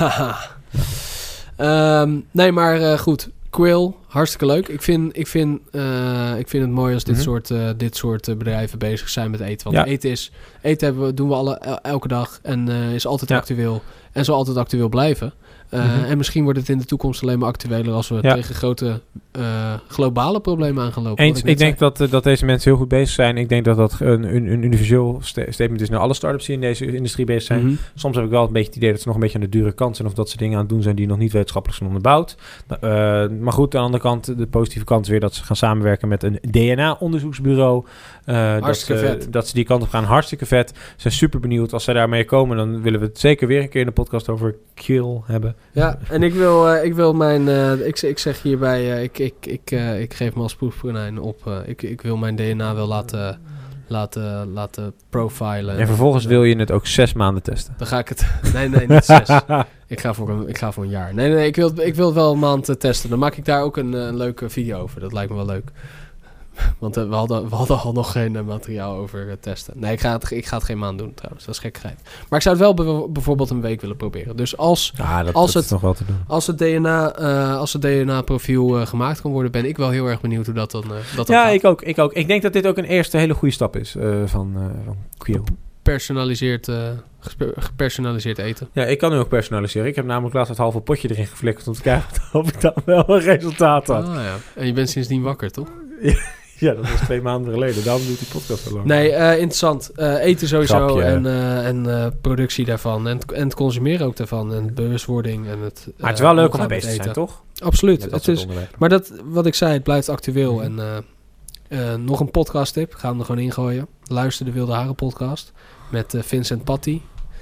S1: Nee, maar goed. Quail, hartstikke leuk. Ik vind het mooi als dit soort bedrijven bezig zijn met eten. Want eten doen we elke dag en is altijd actueel. En zal altijd actueel blijven. En misschien wordt het in de toekomst alleen maar actueler als we tegen grote globale problemen aan gaan lopen.
S3: Ik denk dat deze mensen heel goed bezig zijn. Ik denk dat een universeel statement is naar alle start-ups die in deze industrie bezig zijn. Mm-hmm. Soms heb ik wel een beetje het idee dat ze nog een beetje aan de dure kant zijn of dat ze dingen aan het doen zijn die nog niet wetenschappelijk zijn onderbouwd. Maar goed, aan de andere kant, de positieve kant is weer dat ze gaan samenwerken met een DNA-onderzoeksbureau. Dat ze die kant op gaan. Hartstikke vet. Ze zijn super benieuwd. Als zij daarmee komen, dan willen we het zeker weer een keer in de podcast over Quail hebben.
S1: Ja, en ik wil mijn... Ik zeg hierbij... Ik geef me als proefkonijn op. Ik wil mijn DNA wel laten profilen.
S3: En vervolgens wil je het ook 6 maanden testen?
S1: Dan ga ik het... Nee, niet 6. Ik ga voor een jaar. Nee, ik wil het wel een maand testen. Dan maak ik daar ook een leuke video over. Dat lijkt me wel leuk. Want we hadden al nog geen materiaal over testen. Nee, ik ga het geen maand doen trouwens. Dat is gekkigheid. Maar ik zou het wel bijvoorbeeld een week willen proberen. Dus als het nog wel te doen. Als het DNA-profiel gemaakt kan worden, ben ik wel heel erg benieuwd hoe dat dan gaat.
S3: Ik ook. Ik denk dat dit ook een eerste hele goede stap is van Quail.
S1: gepersonaliseerd eten.
S3: Ja, ik kan nu ook personaliseren. Ik heb namelijk laatst het halve potje erin geflikkerd om te kijken of ik dan wel een resultaat had.
S1: Ah, ja. En je bent sindsdien wakker, toch?
S3: Ja, dat was 2 maanden geleden. Daarom doet die podcast zo lang.
S1: Nee, interessant. Eten sowieso
S3: Grapje.
S1: en productie daarvan. En het consumeren ook daarvan. En bewustwording. En het,
S3: Maar het is wel leuk om
S1: omgaan
S3: mee
S1: met
S3: bezig te zijn,
S1: eten.
S3: toch?
S1: Absoluut.
S3: Met dat
S1: Het
S3: soort
S1: is,
S3: onderwerpen.
S1: maar dat, wat ik zei, het blijft actueel. En nog een podcast tip. Ga hem er gewoon ingooien. Luister de Wilde Haren podcast. Met Vincent Patty.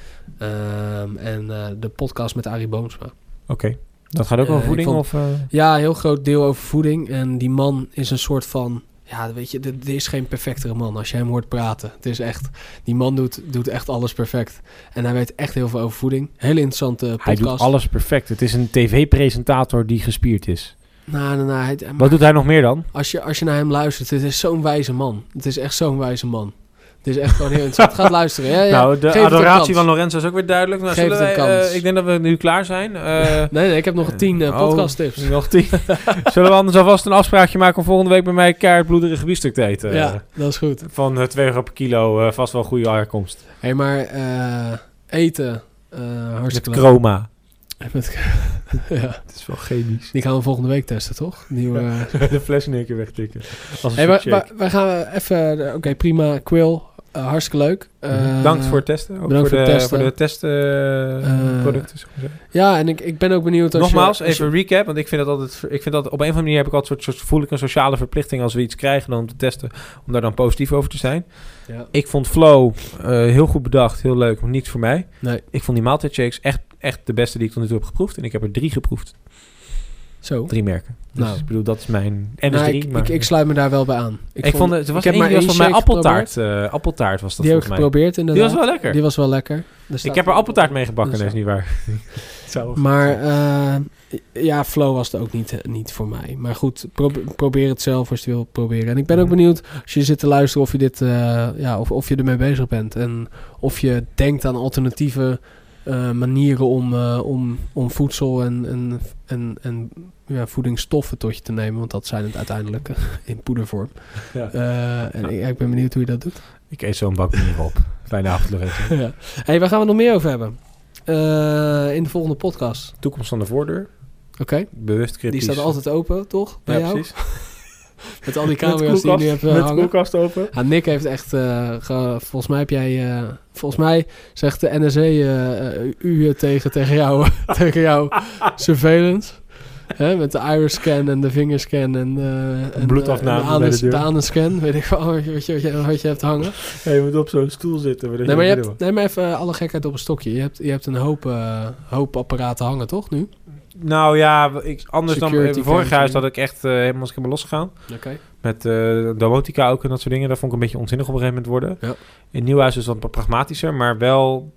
S1: En de podcast met Arie Boomsma.
S3: Oké. Dat gaat ook over voeding?
S1: Ja, een heel groot deel over voeding. En die man is een soort van... Ja, weet je, er is geen perfectere man als je hem hoort praten. Het is echt... Die man doet echt alles perfect. En hij weet echt heel veel over voeding. Hele interessante podcast.
S3: Hij doet alles perfect. Het is een tv-presentator die gespierd is.
S1: Nou,
S3: Wat doet hij nog meer dan?
S1: Als je naar hem luistert, het is zo'n wijze man. Het is echt zo'n wijze man. Het is echt gewoon heel interessant. Ga het luisteren. Ja,
S3: Nou, de
S1: Geef het een
S3: adoratie
S1: kans.
S3: van Lorenzo is ook weer duidelijk. Nou,
S1: Geef het een kans.
S3: ik denk dat we nu klaar zijn.
S1: Nee, ik heb nog 10 podcast tips.
S3: Nog 10. Zullen we anders alvast een afspraakje maken om volgende week bij mij keihard bloederige biefstuk te eten?
S1: Ja, dat is goed.
S3: Van €2 per kilo, vast wel goede herkomst.
S1: Hé, maar eten, hartstikke
S3: Met
S1: leuk.
S3: chroma.
S1: Ja,
S3: Het is wel chemisch.
S1: die gaan we volgende week testen, toch? Nieuwe,
S3: De fles in één keer wegtikken. Als
S1: Hey,
S3: een
S1: wij gaan even... Oké, prima. Quill, hartstikke leuk.
S3: Bedankt voor het testen. Ook
S1: bedankt voor het testen.
S3: Voor de testproducten.
S1: Ja, en ik ben ook benieuwd als
S3: Nogmaals,
S1: je... als je-
S3: even recap. Want ik vind dat op een of andere manier heb ik altijd voel ik een sociale verplichting als we iets krijgen dan om te testen. Om daar dan positief over te zijn.
S1: Ja.
S3: Ik vond Flow heel goed bedacht. Heel leuk, maar niets voor mij.
S1: Nee,
S3: Ik vond die maaltijdshakes echt de beste die ik tot nu toe heb geproefd. En ik heb er 3 geproefd.
S1: zo.
S3: 3 merken. Dus
S1: Nou.
S3: ik bedoel, dat is mijn... En dus
S1: Nou,
S3: 3, maar...
S1: ik sluit me daar wel bij aan.
S3: Ik vond het, er was
S1: ik heb
S3: één
S1: maar
S3: die was
S1: één
S3: van mij
S1: shake
S3: appeltaart. Appeltaart was dat
S1: Die heb ik
S3: volgens mij.
S1: geprobeerd,
S3: Die
S1: inderdaad.
S3: was wel lekker.
S1: Die was wel lekker.
S3: Ik heb er appeltaart mee gebakken,
S1: Dus
S3: dat is niet waar.
S1: Maar ja, Flow was het ook niet voor mij. Maar goed, probeer het zelf als je wil proberen. En ik ben ook benieuwd als je zit te luisteren of je dit, of je ermee bezig bent. En of je denkt aan alternatieve manieren om voedsel en voedingsstoffen tot je te nemen. Want dat zijn het uiteindelijk in poedervorm.
S3: Ja.
S1: En ik ben benieuwd hoe je dat doet.
S3: Ik eet zo'n bak niet op. Fijne avond, Lorenzo.
S1: Ja. Hey, waar gaan we nog meer over hebben? In de volgende podcast.
S3: Toekomst van de voordeur.
S1: Oké.
S3: Bewust
S1: Die
S3: cryptisch.
S1: staat altijd open, toch? Bij
S3: Ja,
S1: jou?
S3: precies.
S1: Met al die camera's die je nu hebt
S3: met de
S1: hangen.
S3: koelkast open.
S1: Ja, Nick heeft echt... volgens mij heb jij... volgens mij zegt de NSA u tegen jou, tegen jou surveillance. Hè, met de iris scan en de fingerscan en
S3: bloedafname bij de deur.
S1: de anuscan. Weet ik wel wat je hebt hangen.
S3: Hey, je moet op zo'n stoel zitten.
S1: Nee, maar even alle gekheid op een stokje. Je hebt een hoop apparaten hangen, toch, nu?
S3: Nou ja, anders dan
S1: Security
S3: vorig jaar is
S1: cam.
S3: dat ik echt helemaal losgegaan.
S1: Oké.
S3: Met domotica ook en dat soort dingen. Dat vond ik een beetje onzinnig op een gegeven moment worden.
S1: Ja.
S3: In Nieuwhuis is dat wat pragmatischer, maar wel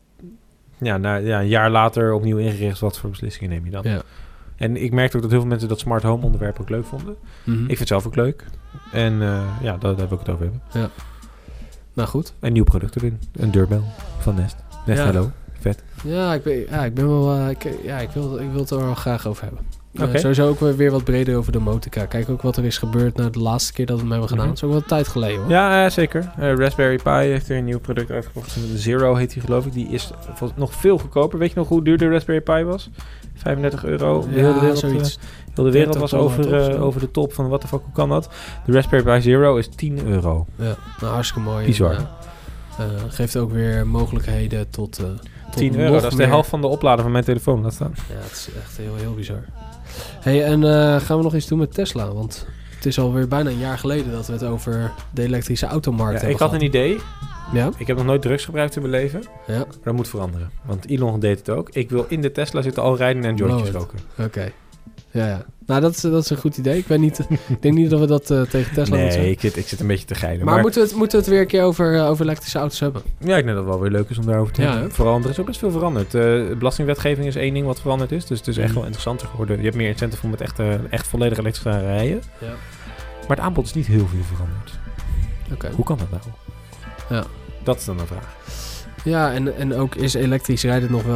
S3: een jaar later opnieuw ingericht. Wat voor beslissingen neem je dan?
S1: Ja.
S3: En ik merkte ook dat heel veel mensen dat smart home onderwerp ook leuk vonden.
S1: Mhm.
S3: Ik vind het zelf ook leuk. En daar wil ik het over hebben.
S1: Nou goed.
S3: Een nieuw product erin. Een deurbel van Nest. Nest
S1: Ja.
S3: Hello. Vet.
S1: Ja, ik ben wel... ik wil het er wel graag over hebben.
S3: Oké.
S1: Sowieso ook weer wat breder over domotica. Kijk ook wat er is gebeurd na de laatste keer dat we hem hebben gedaan.
S3: Mhm.
S1: Dat is ook wel een tijd geleden, hoor.
S3: Ja, zeker. Raspberry Pi heeft er een nieuw product uitgebracht. De Zero heet die, geloof ik. Die is nog veel goedkoper. Weet je nog hoe duur de Raspberry Pi was? €35. De hele wereld,
S1: zoiets.
S3: heel de wereld was
S1: $30
S3: over de top van what the fuck, hoe kan dat? De Raspberry Pi Zero is €10.
S1: Ja, nou, hartstikke mooi.
S3: Bizar.
S1: En, geeft ook weer mogelijkheden tot
S3: €10,
S1: nog
S3: dat is de
S1: meer.
S3: helft van de oplader van mijn telefoon. Laat staan.
S1: Ja, het is echt heel, heel bizar. Hey, en gaan we nog iets doen met Tesla? Want het is alweer bijna een jaar geleden dat we het over de elektrische automarkt
S3: Ja,
S1: hebben
S3: ik had een idee.
S1: Ja?
S3: Ik heb nog nooit drugs gebruikt in mijn leven.
S1: Ja,
S3: Maar dat moet veranderen. Want Elon deed het ook. Ik wil in de Tesla zitten al rijden en jointjes
S1: Love it.
S3: roken.
S1: oké. Ja. Nou, dat is een goed idee. Ik denk niet dat we dat tegen Tesla moeten
S3: Nee,
S1: zeggen.
S3: ik zit een beetje te geilen.
S1: Maar moeten we het weer een keer over elektrische auto's hebben?
S3: Ja, ik denk dat het wel weer leuk is om daarover te
S1: Ja,
S3: hebben.
S1: hè?
S3: Vooral, er is ook best veel veranderd. Belastingwetgeving is één ding wat veranderd is. Dus het is echt wel interessanter geworden. Je hebt meer incentive om met echt volledig elektrisch te gaan rijden.
S1: Ja.
S3: Maar het aanbod is niet heel veel veranderd.
S1: Oké.
S3: Hoe kan dat nou?
S1: Ja.
S3: Dat is dan een vraag.
S1: Ja, en ook is elektrisch rijden nog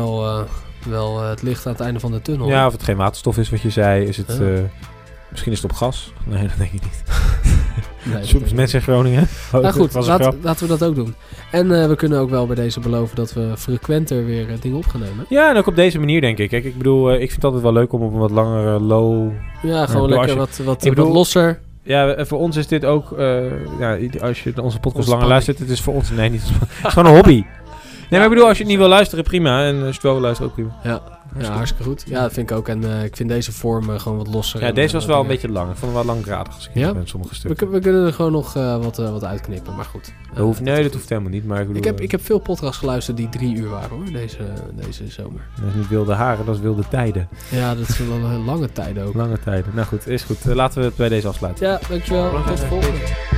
S1: wel het licht aan het einde van de tunnel?
S3: Ja, of het geen waterstof is wat je zei. Is het,
S1: Ja.
S3: misschien is het op gas. Nee, dat denk ik niet.
S1: Nee,
S3: Soms mensen in Groningen.
S1: Nou goed,
S3: was een grap.
S1: laten we dat ook doen. En we kunnen ook wel bij deze beloven dat we frequenter weer dingen op gaan nemen.
S3: Ja, en ook op deze manier denk ik. Kijk, ik bedoel, ik vind het altijd wel leuk om op een wat langere low...
S1: Ja, gewoon
S3: Ja,
S1: lekker wat
S3: ik bedoel-
S1: losser.
S3: Ja, voor ons is dit ook... als je onze podcast
S1: Ontspanning.
S3: langer luistert, het is voor ons... Nee, niet... Het is gewoon een hobby. Nee, maar ik bedoel, als je het niet wil luisteren, prima. En als je het wel wil luisteren, ook prima.
S1: Ja, hartstikke goed. Ja, dat vind ik ook. En ik vind deze vorm gewoon wat losser.
S3: Ja,
S1: en,
S3: deze was wel een
S1: dingen.
S3: beetje lang. Ik vond het wel langdradig als ik
S1: Ja?
S3: met sommige stukken.
S1: We kunnen er gewoon nog wat uitknippen, maar goed.
S3: Dat hoeft helemaal niet, maar ik bedoel...
S1: Ik heb veel podcasts geluisterd die 3 uur waren hoor, deze zomer.
S3: Dat is niet wilde haren, dat is wilde tijden.
S1: Ja, dat is wel een lange tijd ook.
S3: Lange tijden. Nou goed, is goed. Laten we het bij deze afsluiten.
S1: Ja, dankjewel. Tot de volgende.